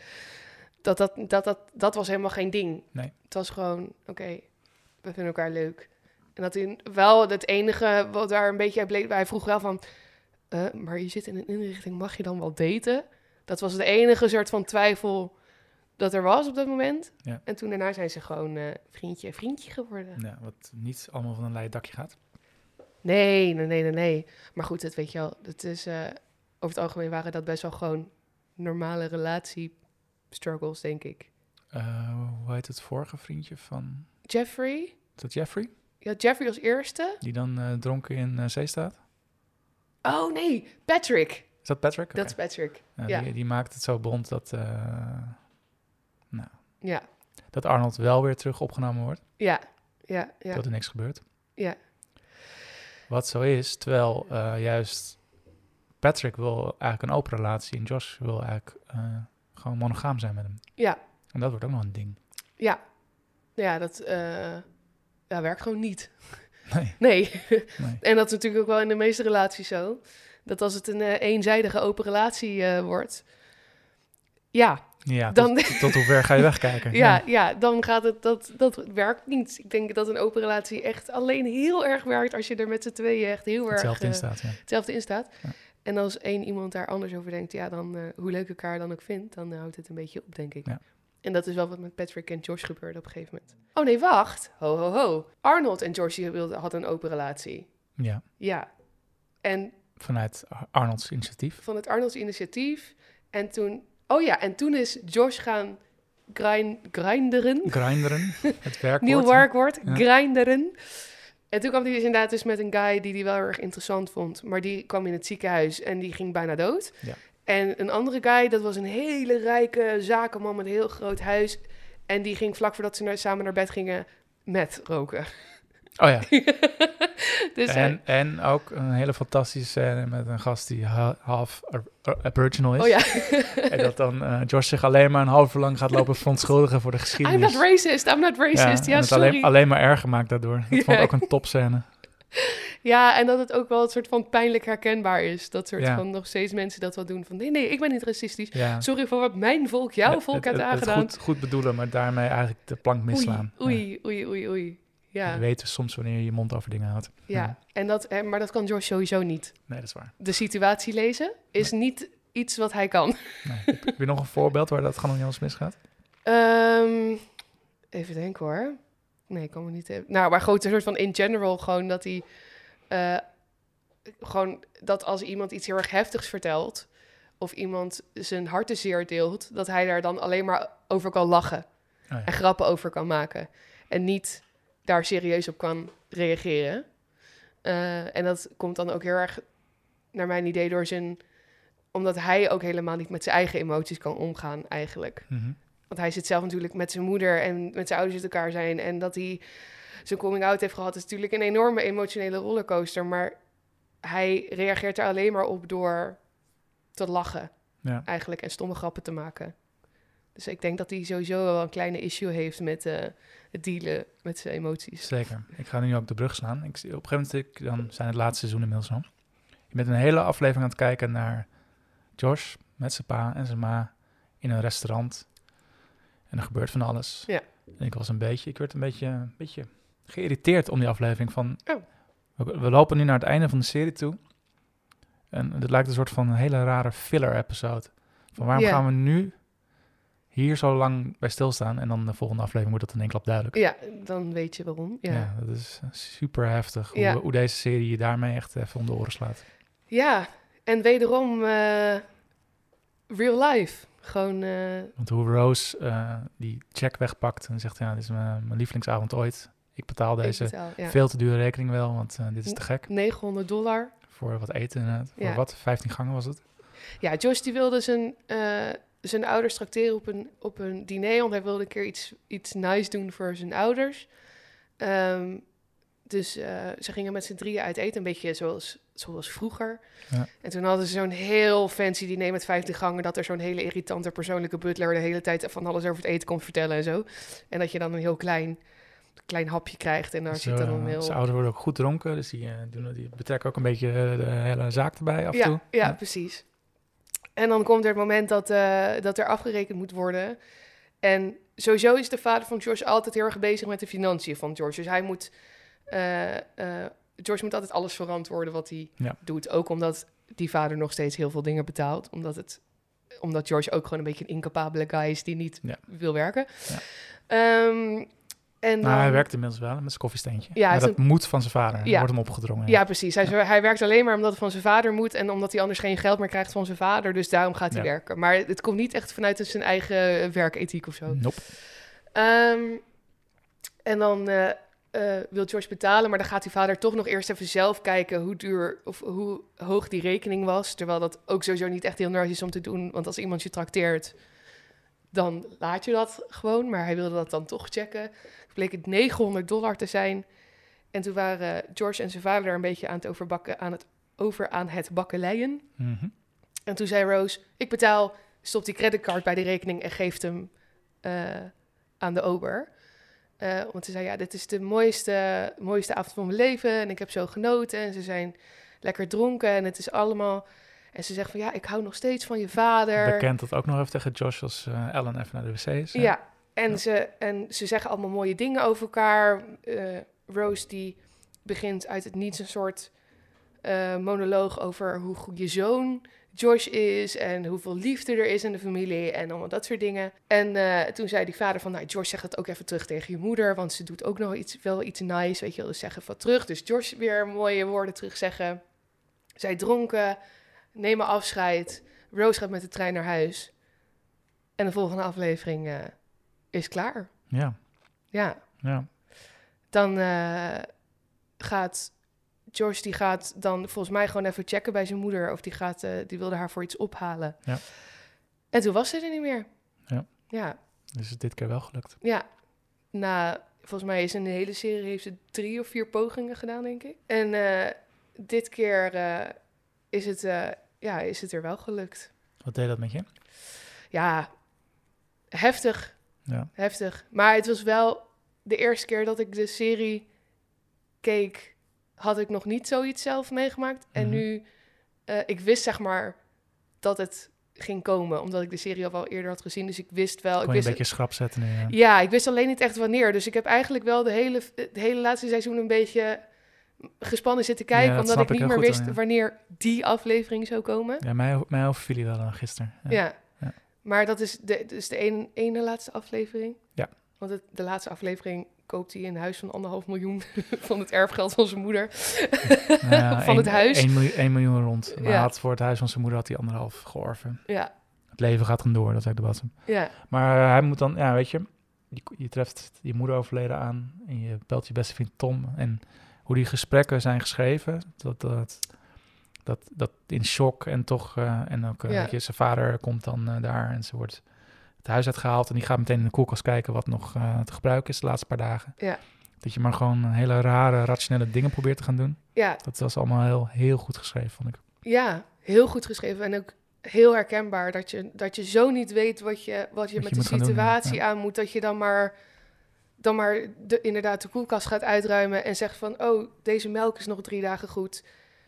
Dat was helemaal geen ding. Nee. Het was gewoon, oké, we vinden elkaar leuk. En En dat hij wel het enige wat daar een beetje uit bleek... Hij vroeg wel van... maar je zit in een inrichting, mag je dan wel daten? Dat was de enige soort van twijfel dat er was op dat moment. Ja. En toen daarna zijn ze gewoon vriendje geworden. Ja, wat niet allemaal van een leien dakje gaat. Nee. Maar goed, dat weet je wel. Het is, over het algemeen waren dat best wel gewoon normale relatiestruggles, denk ik. Hoe heet het vorige vriendje van... Jeffrey? Is dat Jeffrey? Ja, Jeffrey als eerste. Die dan dronken in zee staat? Oh nee, Patrick. Is dat Patrick? Dat is Patrick. Ja, Ja. die maakt het zo bond dat... Ja. Dat Arnold wel weer terug opgenomen wordt. Ja. Dat er niks gebeurt. Ja. Wat zo is, terwijl juist Patrick wil eigenlijk een open relatie en Josh wil eigenlijk gewoon monogaam zijn met hem. Ja. En dat wordt ook nog een ding. Ja. Ja, dat werkt gewoon niet. Nee. Nee. Nee. En dat is natuurlijk ook wel in de meeste relaties zo. Dat als het een eenzijdige open relatie wordt... Ja, Ja, dan... tot hoe ver ga je wegkijken? Ja, dan gaat het... Dat werkt niet. Ik denk dat een open relatie echt alleen heel erg werkt... als je er met z'n tweeën echt heel Hetzelfde erg... in staat, ja. Hetzelfde in staat. Ja. En als één iemand daar anders over denkt... ja, dan hoe leuk elkaar dan ook vindt... dan houdt het een beetje op, denk ik. Ja. En dat is wel wat met Patrick en Josh gebeurde op een gegeven moment. Oh nee, wacht. Ho. Arnold en Josh hadden een open relatie. Ja, Ja. En vanuit Arnolds initiatief. van het Arnolds initiatief. En toen... Oh ja, en toen is Josh gaan grinderen. Grinderen, het werkwoord. Nieuw werkwoord, Ja. grinderen. En toen kwam hij dus inderdaad dus met een guy die hij wel erg interessant vond. Maar die kwam in het ziekenhuis en die ging bijna dood. Ja. En een andere guy, dat was een hele rijke zakenman met een heel groot huis. En die ging vlak voordat ze samen naar bed gingen met roken. Oh ja. Dus en ook een hele fantastische scène met een gast die half Aboriginal is. oh ja. En dat dan Josh zich alleen maar een half uur lang gaat lopen verontschuldigen voor de geschiedenis. I'm not racist. Ja, en het sorry. alleen maar erger maakt daardoor. Dat vond ik Ja. ook een topscène. Ja, en dat het ook wel een soort van pijnlijk herkenbaar is. Dat soort Ja. van nog steeds mensen dat wel doen. Van nee, ik ben niet racistisch. Ja. Sorry voor wat mijn volk, jouw volk heeft aangedaan. Het goed bedoelen, maar daarmee eigenlijk de plank misslaan. Oei. Ja. Je weet dus soms wanneer je je mond over dingen houdt. Ja. En maar dat kan Josh sowieso niet. Nee, dat is waar. De situatie lezen is niet iets wat hij kan. Nee. Heb je nog een voorbeeld waar dat gewoon niet anders misgaat? Even denken hoor. Nee, ik kan me niet even... Nou, maar gewoon een soort van in general gewoon dat hij... gewoon dat als iemand iets heel erg heftigs vertelt... of iemand zijn hartenzeer deelt... dat hij daar dan alleen maar over kan lachen. Oh ja. En grappen over kan maken. En niet daar serieus op kan reageren. En dat komt dan ook heel erg, naar mijn idee, door omdat hij ook helemaal niet met zijn eigen emoties kan omgaan eigenlijk. Mhm. Want hij zit zelf natuurlijk met zijn moeder en met zijn ouders uit elkaar zijn. En dat hij zijn coming-out heeft gehad, is natuurlijk een enorme emotionele rollercoaster. Maar hij reageert er alleen maar op door te lachen Ja. eigenlijk en stomme grappen te maken. Dus ik denk dat hij sowieso wel een kleine issue heeft met het dealen met zijn emoties. Zeker. Ik ga nu ook de brug slaan. Op een gegeven moment, dan zijn het laatste seizoen inmiddels al. Je bent een hele aflevering aan het kijken naar Josh met zijn pa en zijn ma in een restaurant. En er gebeurt van alles. Ja. En ik werd een beetje geïrriteerd om die aflevering van... Oh. We lopen nu naar het einde van de serie toe. En het lijkt een soort van een hele rare filler-episode. Van waarom Ja. gaan we nu hier zo lang bij stilstaan? En dan de volgende aflevering wordt dat in één klap duidelijk. Ja, dan weet je waarom. Ja, Dat is super heftig. Ja. Hoe deze serie je daarmee echt even om de oren slaat. ja. En wederom real life. Gewoon, Want hoe Rose die check wegpakt en zegt... ja, dit is mijn lievelingsavond ooit. Ik betaal deze ik betaal, ja. veel te dure rekening wel, want dit is te gek. $900. Voor wat eten inderdaad. Ja. Voor wat? 15 gangen was het? Ja, Josh die wilde zijn ouders trakteren op een diner. Want hij wilde een keer iets nice doen voor zijn ouders. Dus ze gingen met z'n drieën uit eten. Een beetje zoals vroeger. Ja. En toen hadden ze zo'n heel fancy diner met 15 gangen. Dat er zo'n hele irritante persoonlijke butler de hele tijd van alles over het eten kon vertellen en zo. En dat je dan een heel klein hapje krijgt. En daar zit dan een heel... Zijn ouders worden ook goed dronken. Dus die betrekken ook een beetje de hele zaak erbij af en toe. Ja, precies. En dan komt er het moment dat er afgerekend moet worden. En sowieso is de vader van George altijd heel erg bezig met de financiën van George. Dus hij moet George moet altijd alles verantwoorden wat hij Ja. doet. Ook omdat die vader nog steeds heel veel dingen betaalt. Omdat George ook gewoon een beetje een incapabele guy is die niet wil werken. Ja. En Maar dan, hij werkt inmiddels wel met zijn koffiesteentje. Ja, maar dat moet van zijn vader. Ja. Wordt hem opgedrongen. Ja, precies. Hij werkt alleen maar omdat het van zijn vader moet... en omdat hij anders geen geld meer krijgt van zijn vader. Dus daarom gaat hij werken. Maar het komt niet echt vanuit zijn eigen werkethiek of zo. Nope. En dan wil George betalen... maar dan gaat die vader toch nog eerst even zelf kijken... hoe duur of hoe hoog die rekening was. Terwijl dat ook sowieso niet echt heel nerd is om te doen. Want als iemand je trakteert... dan laat je dat gewoon. Maar hij wilde dat dan toch checken. Het bleek het $900 te zijn... En toen waren George en zijn vader er een beetje aan het bakkeleien. Mm-hmm. En toen zei Rose, ik betaal, stopt die creditcard bij die rekening en geeft hem aan de ober. Want ze zei, ja, dit is de mooiste avond van mijn leven en ik heb zo genoten. En ze zijn lekker dronken en het is allemaal... En ze zegt van, ja, ik hou nog steeds van je vader. Bekend dat ook nog even tegen Josh als Ellen even naar de wc is. Ja, en ze zeggen allemaal mooie dingen over elkaar. Rose die begint uit het niets een soort monoloog over hoe goed je zoon Josh is en hoeveel liefde er is in de familie en allemaal dat soort dingen. En toen zei die vader van, nou, Josh, zeg het ook even terug tegen je moeder, want ze doet ook nog iets nice, weet je wel, dus zeg even wat terug. Dus Josh weer mooie woorden terug zeggen. Zij dronken, nemen afscheid. Rose gaat met de trein naar huis. En de volgende aflevering is klaar. Ja. Dan gaat George, die gaat dan volgens mij gewoon even checken bij zijn moeder. Of die wilde haar voor iets ophalen. Ja. En toen was ze er niet meer. Ja. Dus is dit keer wel gelukt. Ja. Volgens mij is in de hele serie heeft ze 3 of 4 pogingen gedaan, denk ik. En dit keer is het er wel gelukt. Wat deed dat met je? Ja, heftig. Ja. Heftig. Maar het was wel de eerste keer dat ik de serie keek, had ik nog niet zoiets zelf meegemaakt. En nu, ik wist zeg maar dat het ging komen, omdat ik de serie al wel eerder had gezien. Dus ik wist wel... Kon je een beetje schrap zetten nu? Ja, ik wist alleen niet echt wanneer. Dus ik heb eigenlijk wel het hele laatste seizoen een beetje gespannen zitten kijken, omdat ik niet meer wist wanneer die aflevering zou komen. Ja, mij overviel je wel gisteren. Ja. Maar dat is de ene laatste aflevering. Ja. Want de laatste aflevering koopt hij een huis van $1,5 miljoen van het erfgeld van zijn moeder. Van het huis. 1 miljoen rond. Maar had voor het huis van zijn moeder had hij 1,5 georven. Ja. Het leven gaat gewoon door, dat zei de Batsum. Ja. Maar hij moet dan, ja, weet je, je treft je moeder overleden aan en je belt je beste vriend Tom. En hoe die gesprekken zijn geschreven, dat in shock en toch, en ook weet je, zijn vader komt dan daar en ze wordt het huis uitgehaald en die gaat meteen in de koelkast kijken wat nog te gebruiken is de laatste paar dagen. Ja. Dat je maar gewoon hele rare, rationele dingen probeert te gaan doen. Ja. Dat was allemaal heel, heel goed geschreven, vond ik. Ja, heel goed geschreven en ook heel herkenbaar dat je zo niet weet wat je met de situatie aan moet, dat je dan maar inderdaad de koelkast gaat uitruimen en zegt van, oh, deze melk is nog 3 dagen goed.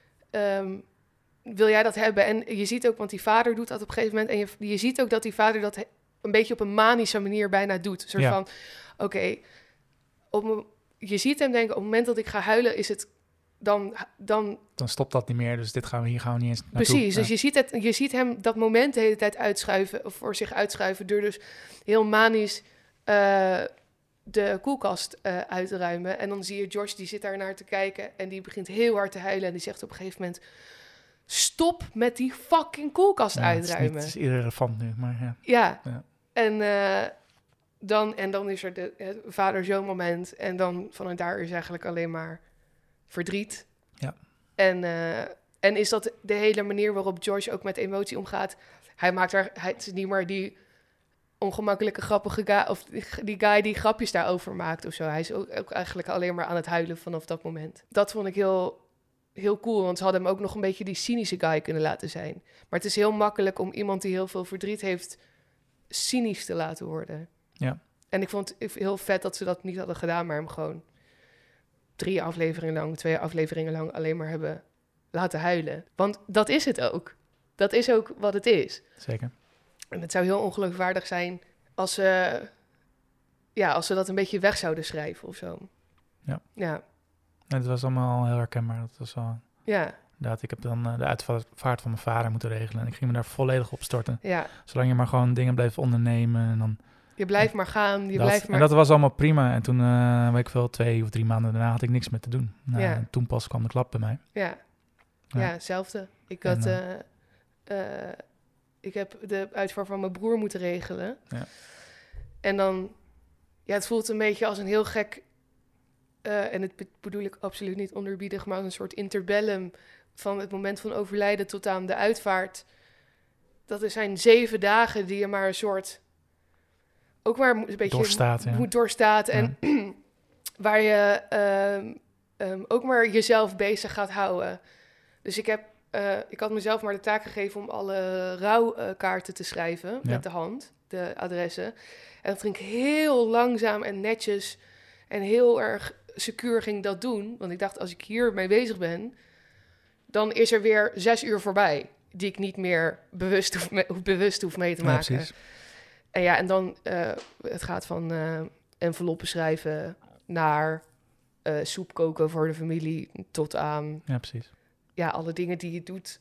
Wil jij dat hebben? En je ziet ook, want die vader doet dat op een gegeven moment. En je ziet ook dat die vader dat een beetje op een manische manier bijna doet. Een soort van, oké, je ziet hem denken, op het moment dat ik ga huilen, is het dan stopt dat niet meer, dus hier gaan we niet eens naartoe. Precies, dus je ziet hem dat moment de hele tijd uitschuiven, of voor zich uitschuiven, door dus heel manisch de koelkast uit te ruimen. En dan zie je George, die zit daar naar te kijken en die begint heel hard te huilen en die zegt op een gegeven moment, stop met die fucking koelkast uitruimen. Het is irrelevant nu, maar ja. En dan is er het vader-zoon moment en dan vanuit daar is eigenlijk alleen maar verdriet. Ja. En is dat de hele manier waarop George ook met emotie omgaat. Hij is niet meer die ongemakkelijke grappige guy, of die guy die grapjes daarover maakt of zo. Hij is ook eigenlijk alleen maar aan het huilen vanaf dat moment. Dat vond ik heel, heel cool, want ze hadden hem ook nog een beetje die cynische guy kunnen laten zijn. Maar het is heel makkelijk om iemand die heel veel verdriet heeft cynisch te laten worden. Ja. En ik vond het heel vet dat ze dat niet hadden gedaan, maar hem gewoon 2 afleveringen lang alleen maar hebben laten huilen. Want dat is het ook. Dat is ook wat het is. Zeker. En het zou heel ongeloofwaardig zijn als ze dat een beetje weg zouden schrijven of zo. Ja. Ja. Het was allemaal heel herkenbaar. Dat was wel... Ja. Inderdaad, ik heb dan de uitvaart van mijn vader moeten regelen. En ik ging me daar volledig op storten. Ja. Zolang je maar gewoon dingen bleef ondernemen. En dan, Je blijft maar gaan. En dat was allemaal prima. En toen, weet ik veel, 2 of 3 maanden daarna had ik niks meer te doen. Nou, Ja. en toen pas kwam de klap bij mij. Ja, hetzelfde. Ik heb de uitvaart van mijn broer moeten regelen. Ja. En dan... Ja, het voelt een beetje als een heel gek... en het bedoel ik absoluut niet onderbiedig... maar een soort interbellum... van het moment van overlijden tot aan de uitvaart. Dat er zijn 7 dagen die je maar een soort... ook maar een beetje moet doorstaat. En waar je ook maar jezelf bezig gaat houden. Dus ik had mezelf maar de taak gegeven om alle rouwkaarten te schrijven met de hand, de adressen. En dat ging ik heel langzaam en netjes en heel erg secuur ging dat doen. Want ik dacht, als ik hier mee bezig ben, dan is er weer 6 uur voorbij, die ik niet meer bewust hoef mee te maken. Ja, En dan, het gaat van enveloppen schrijven naar soep koken voor de familie tot aan... Ja, precies. Ja, alle dingen die je doet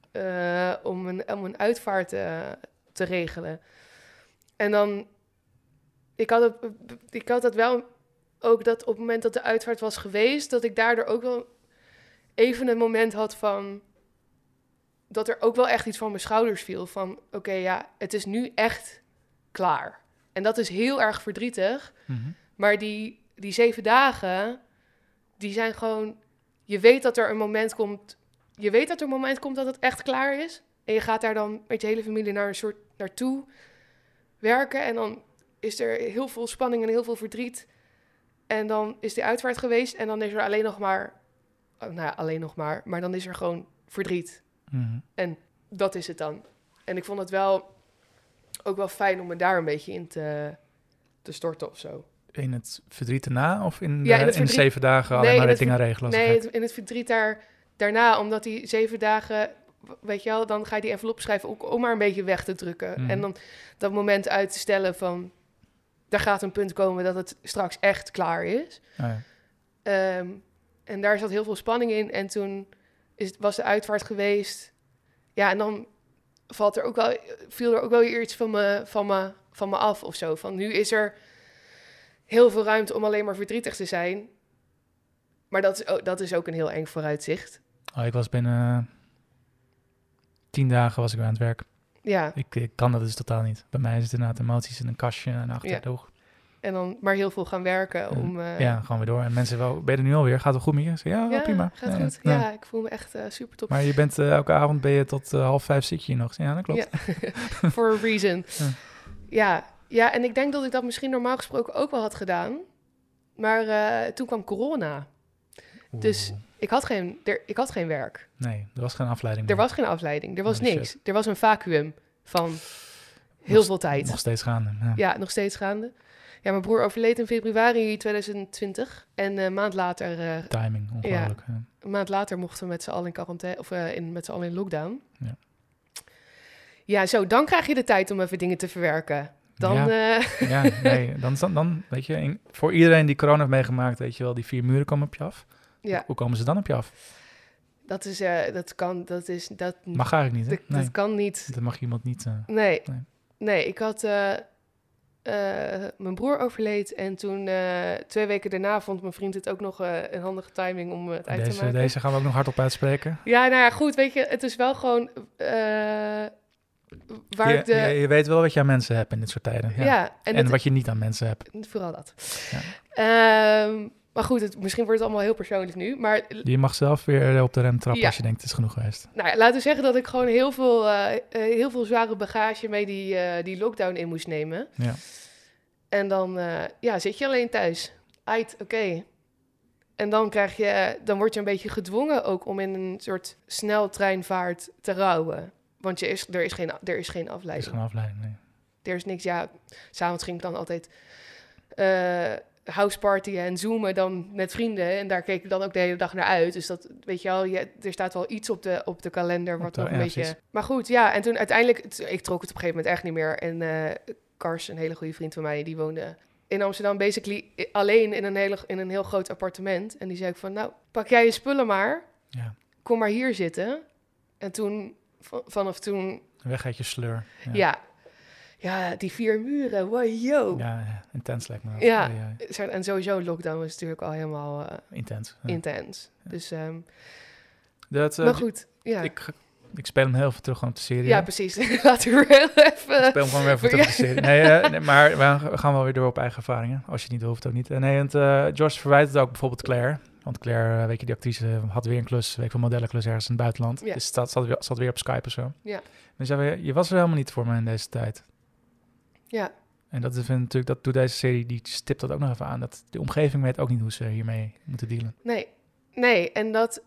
om een uitvaart te regelen. En dan... Ik had dat wel ook dat op het moment dat de uitvaart was geweest... dat ik daardoor ook wel even een moment had van... dat er ook wel echt iets van mijn schouders viel. Van oké, het is nu echt klaar. En dat is heel erg verdrietig. Mm-hmm. Maar die 7 dagen, die zijn gewoon... Je weet dat er een moment komt... Je weet dat er een moment komt dat het echt klaar is. En je gaat daar dan met je hele familie naartoe werken. En dan is er heel veel spanning en heel veel verdriet. En dan is die uitvaart geweest. En dan is er alleen nog maar... Maar dan is er gewoon verdriet. Mm-hmm. En dat is het dan. En ik vond het ook wel fijn om me daar een beetje in te storten of zo. In het verdriet erna of in de 7 dagen alleen maar dingen regelen? In het verdriet daarna, omdat die 7 dagen, weet je wel, dan ga je die envelop schrijven ook om maar een beetje weg te drukken. En dan dat moment uit te stellen van, daar gaat een punt komen dat het straks echt klaar is. Oh ja. En daar zat heel veel spanning in. En toen was de uitvaart geweest. Ja, en dan viel er ook wel weer iets van me af of zo. Van nu is er heel veel ruimte om alleen maar verdrietig te zijn. Maar dat is ook een heel eng vooruitzicht. Oh, ik was binnen 10 dagen was ik weer aan het werk. Ja. Ik kan dat dus totaal niet. Bij mij is het inderdaad emoties in een kastje en achter het oog. En dan maar heel veel gaan werken om... gewoon weer door. En mensen ben je er nu alweer? Gaat het goed met je? Ja, prima. Gaat goed. Ja, ik voel me echt super top. Maar je bent elke avond tot 4:30 zit je hier nog. Ja, dat klopt. Ja. For a reason. Ja, en ik denk dat ik dat misschien normaal gesproken ook wel had gedaan. Maar toen kwam corona. Oeh. Dus ik had geen werk. Nee, er was geen afleiding. Er was geen afleiding. Er was niks. Er was een vacuüm van heel veel tijd. Nog steeds gaande. Ja, nog steeds gaande. Ja, mijn broer overleed in februari 2020. En een maand later... Timing, ongelooflijk. Ja, een maand later mochten we met z'n allen in quarantaine... of met z'n allen in lockdown. Ja, dan krijg je de tijd om even dingen te verwerken. Dan, dan weet je... voor iedereen die corona heeft meegemaakt... weet je wel, die 4 muren komen op je af. Ja. Hoe komen ze dan op je af? Dat mag eigenlijk niet, hè? Nee. Dat kan niet. Dat mag iemand niet... Nee, ik had... mijn broer overleed en toen 2 weken daarna vond mijn vriend het ook nog een handige timing om het uit te maken. Deze gaan we ook nog hardop uitspreken. Ja, nou ja, goed, weet je, het is wel gewoon je weet wel wat je aan mensen hebt in dit soort tijden. Ja. En wat je niet aan mensen hebt. Vooral dat. Ja. Maar goed, misschien wordt het allemaal heel persoonlijk nu. Maar je mag zelf weer op de rem trappen als je denkt het is genoeg geweest. Nou ja, laten we zeggen dat ik gewoon heel veel zware bagage mee die lockdown in moest nemen. Ja. En dan zit je alleen thuis. Oké. En dan word je een beetje gedwongen ook om in een soort sneltreinvaart te rouwen. Want er is geen afleiding. Er is geen afleiding, nee. Er is niks, 's avonds ging ik dan altijd housepartyen en zoomen dan met vrienden. En daar keek ik dan ook de hele dag naar uit. Dus dat, weet je wel, er staat wel iets op de kalender. Wat nog een beetje... Precies. Maar goed, en toen uiteindelijk... Ik trok het op een gegeven moment echt niet meer. En Kars, een hele goede vriend van mij, die woonde in Amsterdam basically alleen in een heel groot appartement. En die zei ik van, nou, pak jij je spullen maar. Ja. Kom maar hier zitten. En toen, vanaf toen... Weg uit je sleur. Ja, die 4 muren, wow, yo. Ja, intens lijkt me dat. Ja, en sowieso lockdown was natuurlijk al helemaal intens. Intens. Ja. Dus, maar goed, ja. Ik speel hem heel veel terug gewoon op de serie. Ja, precies. Laten we heel even... Ik speel hem gewoon weer even terug op de serie. Nee, maar we gaan wel weer door op eigen ervaringen. Als je het niet hoeft, ook niet. Want Josh verwijt het ook bijvoorbeeld Claire. Want Claire, weet je, die actrice had weer een klus, weet ik wel, modellenklus ergens in het buitenland. Ja. Dus zat weer op Skype of zo. Ja. Dus je was er helemaal niet voor me in deze tijd. Ja. En dat is natuurlijk, dat doet deze serie, die stipt dat ook nog even aan. Dat de omgeving weet ook niet hoe ze hiermee moeten dealen. Nee. En dat,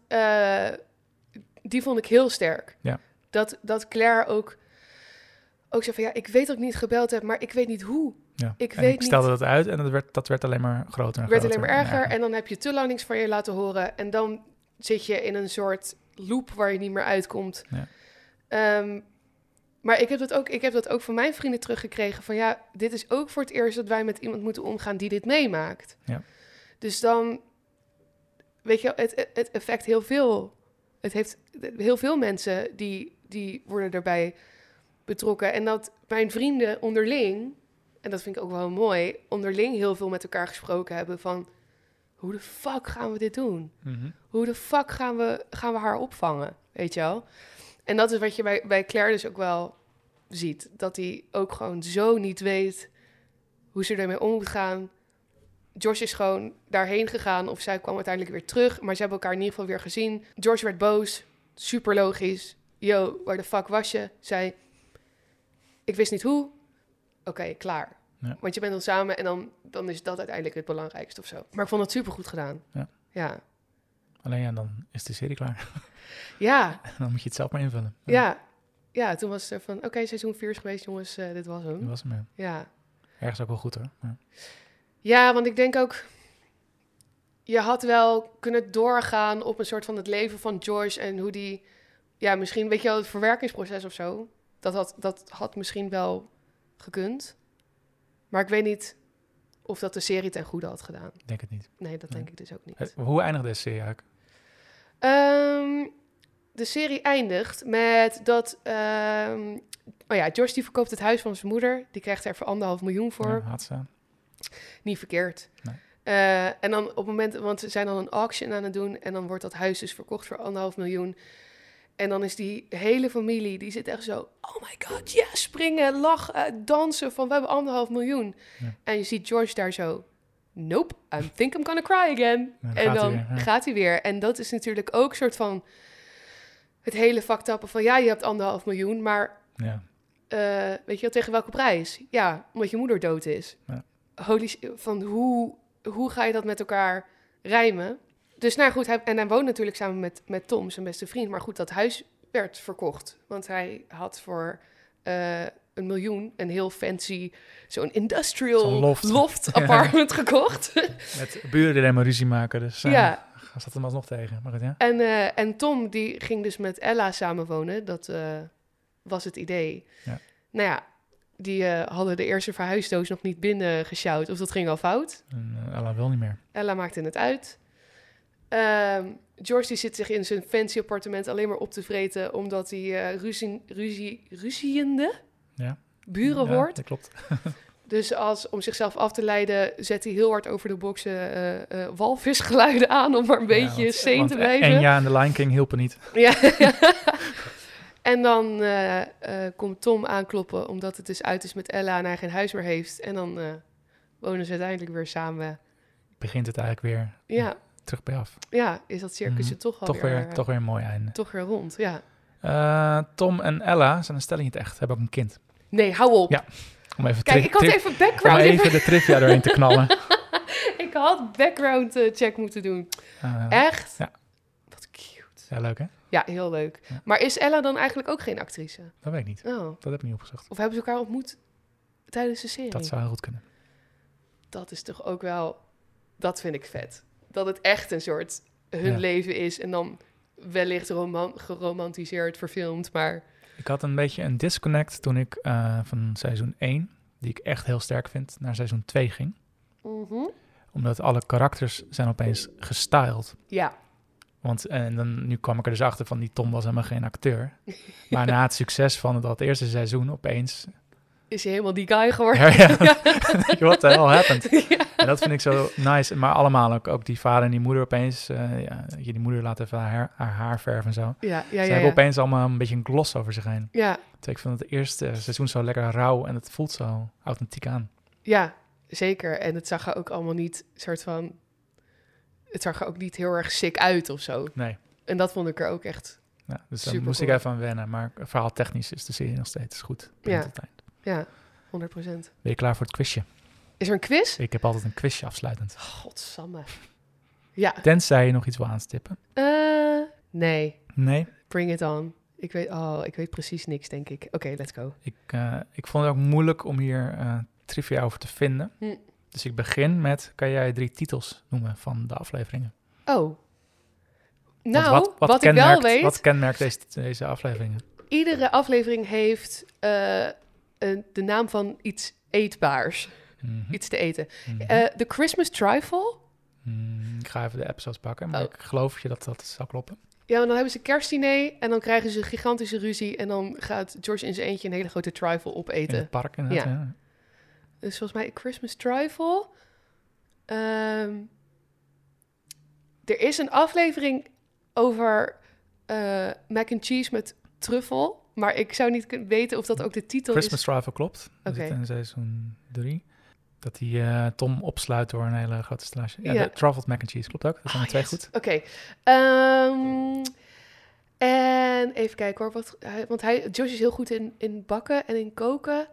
die vond ik heel sterk. Ja. Dat Claire ook zei van, ja, ik weet dat ik niet gebeld heb, maar ik weet niet hoe. Ja. Ik stelde dat uit en dat werd alleen maar groter en werd alleen maar erger. En dan heb je te lang niks van je laten horen. En dan zit je in een soort loop waar je niet meer uitkomt. Ja. Maar ik heb dat ook van mijn vrienden teruggekregen. Van ja, dit is ook voor het eerst dat wij met iemand moeten omgaan die dit meemaakt. Ja. Dus dan, weet je, het effect heel veel. Het heeft heel veel mensen die worden erbij betrokken. En dat mijn vrienden onderling, en dat vind ik ook wel mooi, onderling heel veel met elkaar gesproken hebben van, hoe de fuck gaan we dit doen? Mm-hmm. Hoe de fuck gaan we haar opvangen? Weet je wel? En dat is wat je bij Claire dus ook wel ziet. Dat hij ook gewoon zo niet weet hoe ze ermee om moet gaan. Josh is gewoon daarheen gegaan of zij kwam uiteindelijk weer terug. Maar ze hebben elkaar in ieder geval weer gezien. Josh werd boos. Super logisch. Yo, waar de fuck was je? Zei, ik wist niet hoe. Oké, klaar. Ja. Want je bent dan samen en dan is dat uiteindelijk het belangrijkste of zo. Maar ik vond het super goed gedaan. Ja. Alleen dan is de serie klaar. Ja. Dan moet je het zelf maar invullen. Ja, toen was het er van, oké, seizoen 4 is geweest, jongens, dit was hem. Dit was hem, ja. Ergens ook wel goed, hoor. Ja, want ik denk ook, je had wel kunnen doorgaan op een soort van het leven van Joyce en hoe die, ja, misschien, weet je wel, het verwerkingsproces of zo, dat had misschien wel gekund. Maar ik weet niet of dat de serie ten goede had gedaan. Ik denk het niet. Nee, dat denk ik dus ook niet. Hoe eindigt deze serie eigenlijk? De serie eindigt met dat... Josh die verkoopt het huis van zijn moeder. Die krijgt er voor 1,5 miljoen voor. Ja, had ze. Niet verkeerd. Nee. En dan op het moment... Want ze zijn dan een auction aan het doen. En dan wordt dat huis dus verkocht voor 1,5 miljoen. En dan is die hele familie... Die zit echt zo... Oh my god, ja, yeah, springen, lachen, dansen. Van we hebben 1,5 miljoen. Ja. En je ziet George daar zo... Nope, I think I'm gonna cry again. En dan gaat hij weer. En dat is natuurlijk ook een soort van... Het hele vaktappen van... Ja, je hebt 1,5 miljoen, maar... Ja. Weet je wel, tegen welke prijs? Ja, omdat je moeder dood is. Ja. Van hoe ga je dat met elkaar rijmen? Dus nou goed, hij woont natuurlijk samen met Tom, zijn beste vriend. Maar goed, dat huis werd verkocht. Want hij had voor 1 miljoen een heel fancy, zo'n industrial loft apartment gekocht. Met buren die helemaal ruzie maken, dus zat hem alsnog tegen. Maar goed, ja. En Tom, die ging dus met Ella samenwonen. Dat was het idee. Ja. Nou ja, die hadden de eerste verhuisdoos nog niet binnen gesjouwd. Of dat ging al fout. En Ella wil niet meer. Ella maakte het uit. George die zit zich in zijn fancy appartement alleen maar op te vreten... omdat hij ruziende buren hoort. Dat klopt. Dus om zichzelf af te leiden... zet hij heel hard over de boksen walvisgeluiden aan... om maar een beetje sane te blijven. En de Lion King hielpen niet. Ja. En dan komt Tom aankloppen... omdat het dus uit is met Ella en hij geen huis meer heeft. En dan wonen ze uiteindelijk weer samen. Begint het eigenlijk weer terug bij af. Ja, is dat circusje toch weer een mooi einde. Toch weer rond, ja. Tom en Ella zijn een stelling in het echt. Hebben ook een kind. Nee, hou op. Ja. Kijk, ik had even background... Om even de trivia doorheen te knallen. Ik had background check moeten doen. Echt? Ja. Wat cute. Ja, leuk hè? Ja, heel leuk. Ja. Maar is Ella dan eigenlijk ook geen actrice? Dat weet ik niet. Oh. Dat heb ik niet opgezocht. Of hebben ze elkaar ontmoet tijdens de serie? Dat zou heel goed kunnen. Dat is toch ook wel... Dat vind ik vet. Dat het echt een soort hun leven is... en dan wellicht geromantiseerd, verfilmd, maar... Ik had een beetje een disconnect toen ik van seizoen 1... die ik echt heel sterk vind, naar seizoen 2 ging. Omdat alle karakters zijn opeens gestyled. Ja. Want nu kwam ik er dus achter van die Tom was helemaal geen acteur. Maar na het succes van dat eerste seizoen opeens... Is hij helemaal die guy geworden? Ja. What the hell happened? Ja. En dat vind ik zo nice. Maar allemaal ook die vader en die moeder opeens... die moeder laat even haar verven en zo. Ja. Ze hebben opeens allemaal een beetje een gloss over zich heen. Ja. Ik vond het eerste seizoen zo lekker rauw en het voelt zo authentiek aan. Ja, zeker. En het zag er ook allemaal niet het zag er ook niet heel erg sick uit of zo. Nee. En dat vond ik er ook echt Ja, dus daar moest ik even aan wennen. Maar verhaal technisch is de serie nog steeds goed. Ja, 100%. Ben je klaar voor het quizje? Is er een quiz? Ik heb altijd een quizje afsluitend. Godsamme. Ja. Tenzij je nog iets wil aanstippen. Nee. Nee? Bring it on. Ik weet precies niks, denk ik. Oké, let's go. Ik vond het ook moeilijk om hier trivia over te vinden. Dus ik begin met, kan jij 3 titels noemen van de afleveringen? Oh. Nou, wat ik wel weet... Wat kenmerkt deze afleveringen? Iedere aflevering heeft de naam van iets eetbaars. Iets te eten. De Christmas Trifle. Ik ga even de episodes pakken, maar ik geloof je dat zou kloppen. Ja, en dan hebben ze kerstdiner en dan krijgen ze gigantische ruzie. En dan gaat George in zijn eentje een hele grote trifle opeten. In het park inderdaad, ja. Dus volgens mij Christmas Trifle. Er is een aflevering over mac and cheese met truffel. Maar ik zou niet weten of dat ook de titel Christmas is. Trifle klopt. Dat zit in seizoen 3. Dat hij Tom opsluit door een hele grote stage. Ja, de truffled mac and cheese klopt ook. Dat zijn er 2 goed. Oké. En even kijken hoor. Want Josh is heel goed in bakken en in koken.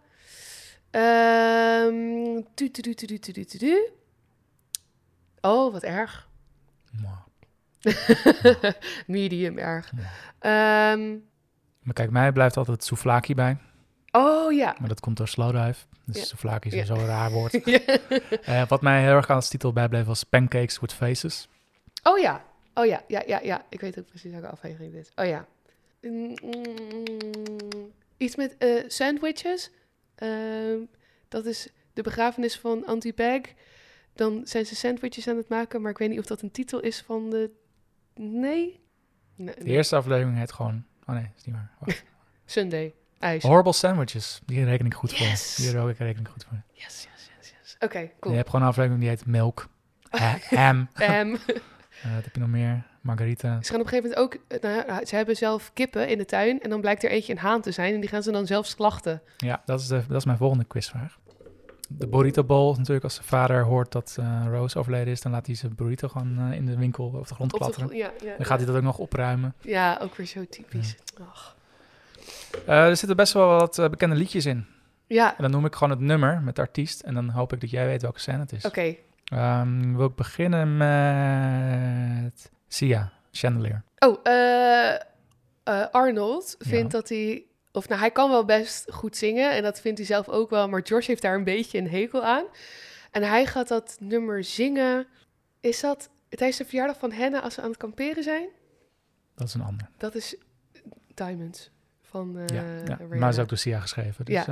Oh, wat erg. Medium erg. Maar kijk, mij blijft altijd het souvlaki bij. Oh ja. Maar dat komt door Slowdive. Dus souvlaki is zo'n raar woord. Wat mij heel erg aan als titel bijbleef was Pancakes with Faces. Oh ja. Ja. Ik weet ook precies welke aflevering dit is. Oh ja. Iets met sandwiches. Dat is de begrafenis van Auntie Bag. Dan zijn ze sandwiches aan het maken, maar ik weet niet of dat een titel is van de... Nee. De eerste aflevering heet gewoon... Oh nee, is niet waar. Wacht. Sunday. IJs. Horrible Sandwiches. Die reken ik goed voor. Die reken ik goed voor. Yes. Oké, cool. Je hebt gewoon een aflevering die heet Milk. Ham. Wat heb je nog meer? Margarita. Ze gaan op een gegeven moment ook... ze hebben zelf kippen in de tuin en dan blijkt er eentje een haan te zijn en die gaan ze dan zelf slachten. Ja, dat is mijn volgende quizvraag. De burrito bowl, natuurlijk als de vader hoort dat Rose overleden is, dan laat hij zijn burrito gewoon in de winkel op de grond klatteren. Dan gaat hij dat ook nog opruimen. Ja, ook weer zo typisch. Er zitten best wel wat bekende liedjes in. Ja. En dan noem ik gewoon het nummer met de artiest en dan hoop ik dat jij weet welke scène het is. Oké. Wil ik beginnen met Sia, Chandelier. Arnold vindt dat hij... hij kan wel best goed zingen en dat vindt hij zelf ook wel, maar George heeft daar een beetje een hekel aan. En hij gaat dat nummer zingen. Is dat tijdens de verjaardag van Hannah als ze aan het kamperen zijn? Dat is een ander. Dat is Diamonds van maar is ook door Sia geschreven. Dus,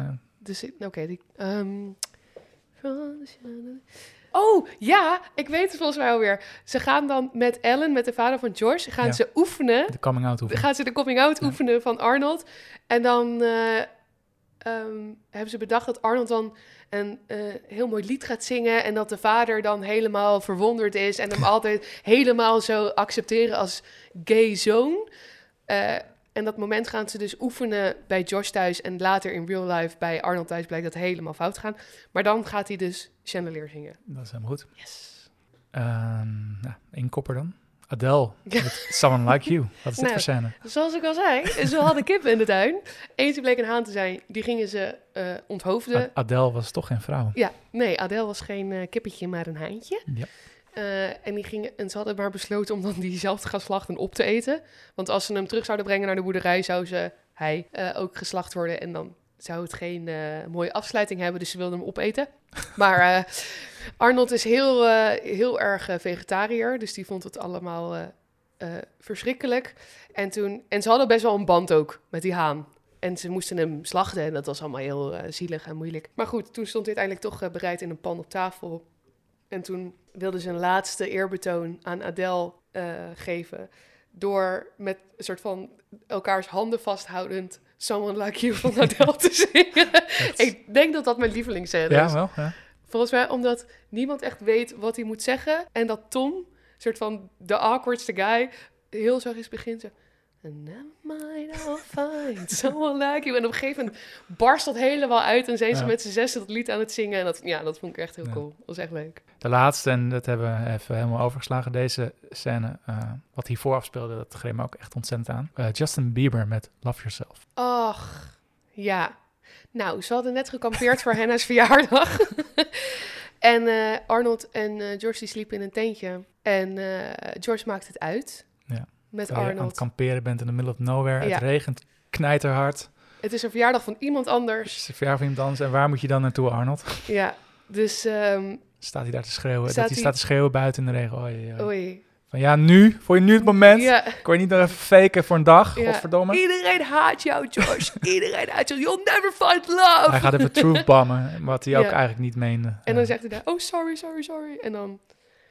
Oh, ja, ik weet het volgens mij alweer. Ze gaan dan met Ellen, met de vader van George, gaan ze oefenen. De coming-out oefenen. Gaan ze de coming-out oefenen van Arnold. En dan hebben ze bedacht dat Arnold dan een heel mooi lied gaat zingen en dat de vader dan helemaal verwonderd is en hem altijd helemaal zo accepteren als gay zoon. En dat moment gaan ze dus oefenen bij Josh thuis en later in real life bij Arnold thuis blijkt dat helemaal fout te gaan. Maar dan gaat hij dus Chandelier zingen. Dat is helemaal goed. Yes. Eén kopper dan. Adele, with Someone Like You. Wat is dit voor scène? Zoals ik al zei, ze hadden kippen in de tuin. Eentje bleek een haan te zijn, die gingen ze onthoofden. Adele was toch geen vrouw? Ja, nee, Adele was geen kippetje, maar een haantje. Ja. En ze hadden maar besloten om dan die zelf te gaan slachten en op te eten. Want als ze hem terug zouden brengen naar de boerderij, zou hij ook geslacht worden. En dan zou het geen mooie afsluiting hebben, dus ze wilden hem opeten. Maar Arnold is heel erg vegetariër, dus die vond het allemaal verschrikkelijk. En ze hadden best wel een band ook met die haan. En ze moesten hem slachten en dat was allemaal heel zielig en moeilijk. Maar goed, toen stond hij uiteindelijk toch bereid in een pan op tafel. En toen wilden ze een laatste eerbetoon aan Adele geven. Door met een soort van elkaars handen vasthoudend Someone Like You van Adele te zingen. Ik denk dat dat mijn lievelingsscène is. Ja, wel. Ja. Volgens mij omdat niemand echt weet wat hij moet zeggen. En dat Tom, soort van de awkwardste guy, heel zachtjes begint zo... And never mind, I'll find someone like you. En op een gegeven moment barst dat helemaal uit. En zijn ze met z'n zessen dat lied aan het zingen. En dat vond ik echt heel cool. Dat was echt leuk. De laatste, en dat hebben we even helemaal overgeslagen. Deze scène, wat hiervoor afspeelde, dat greep me ook echt ontzettend aan. Justin Bieber met Love Yourself. Ach, ja. Nou, ze hadden net gekampeerd voor Hannah's verjaardag. En Arnold en George die sliepen in een tentje. En George maakt het uit. Ja. Met Terwijl je Arnold. aan het kamperen bent in the middle of nowhere. Ja. Het regent knijterhard. Het is een verjaardag van iemand anders. Het is een verjaardag van iemand anders. En waar moet je dan naartoe, Arnold? Ja, dus... Staat hij daar te schreeuwen? Staat Staat te schreeuwen buiten in de regen. Oei. Oei. Van ja, nu? Voor je nu het moment? Ja. Kon je niet nog even faken voor een dag? Ja. Godverdomme. Iedereen haat jou, George. Iedereen haat jou. You'll never find love. Hij gaat even truth bommen, wat hij ook Ja. eigenlijk niet meende. En dan zegt hij daar, oh, sorry. En dan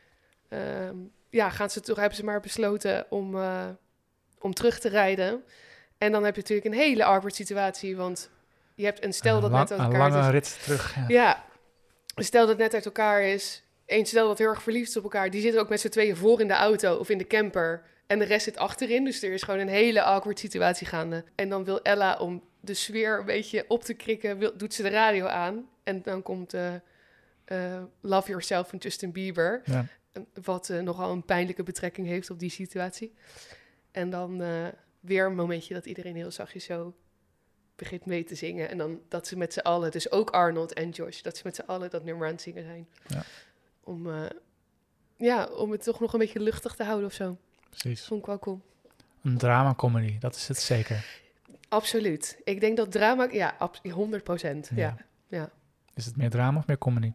hebben ze maar besloten om terug te rijden. En dan heb je natuurlijk een hele awkward situatie, want je hebt een stel dat net uit elkaar een lange is. rit terug. Ja. Ja, een stel dat net uit elkaar is. Eén stel dat heel erg verliefd is op elkaar. Die zitten ook met z'n tweeën voor in de auto of in de camper. En de rest zit achterin. Dus er is gewoon een hele awkward situatie gaande. En dan wil Ella, om de sfeer een beetje op te krikken, doet ze de radio aan. En dan komt Love Yourself van Justin Bieber. Ja. Wat nogal een pijnlijke betrekking heeft op die situatie. En dan weer een momentje dat iedereen heel zachtjes zo begint mee te zingen. En dan dat ze met z'n allen, dus ook Arnold en Josh, dat ze met z'n allen dat nummer aan het zingen zijn. Ja. Om het toch nog een beetje luchtig te houden of zo. Precies. Vond ik wel cool. Een drama-comedy, dat is het zeker. Absoluut. Ik denk dat drama, 100%. Ja. Is het meer drama of meer comedy?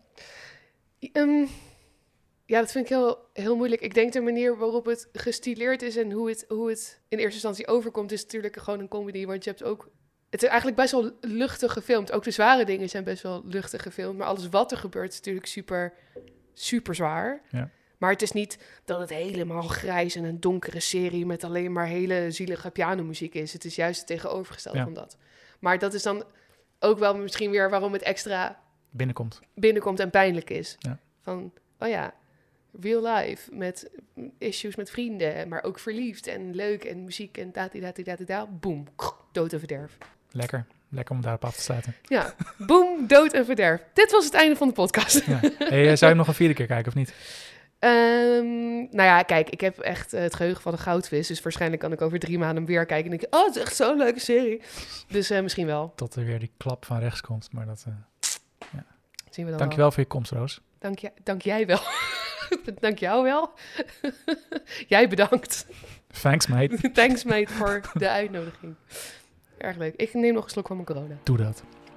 Ja, dat vind ik heel, heel moeilijk. Ik denk de manier waarop het gestileerd is en hoe het in eerste instantie overkomt, is natuurlijk gewoon een comedy. Want je hebt ook... Het is eigenlijk best wel luchtig gefilmd. Ook de zware dingen zijn best wel luchtig gefilmd. Maar alles wat er gebeurt is natuurlijk super, super zwaar. Ja. Maar het is niet dat het helemaal grijs en een donkere serie met alleen maar hele zielige pianomuziek is. Het is juist het tegenovergestelde van dat. Maar dat is dan ook wel misschien weer waarom het extra binnenkomt en pijnlijk is. Ja. Van, oh ja, real life met issues met vrienden, maar ook verliefd en leuk en muziek en da-di-da-di-da-di-da. Boom, dood en verderf. Lekker om daarop af te sluiten. Ja, boom, dood en verderf. Dit was het einde van de podcast. Ja. Hey, zou je nog een 4e keer kijken of niet? Nou ja, kijk, ik heb echt het geheugen van een goudvis. Dus waarschijnlijk kan ik over 3 maanden hem weer kijken. En denk ik, oh, het is echt zo'n leuke serie. Dus misschien wel. Tot er weer die klap van rechts komt. Maar dat zien we dan. Dankjewel voor je komst, Roos. Dank jij wel. Dank jou wel. Jij bedankt. Thanks, mate. Thanks, mate, voor de uitnodiging. Erg leuk. Ik neem nog een slok van mijn corona. Doe dat.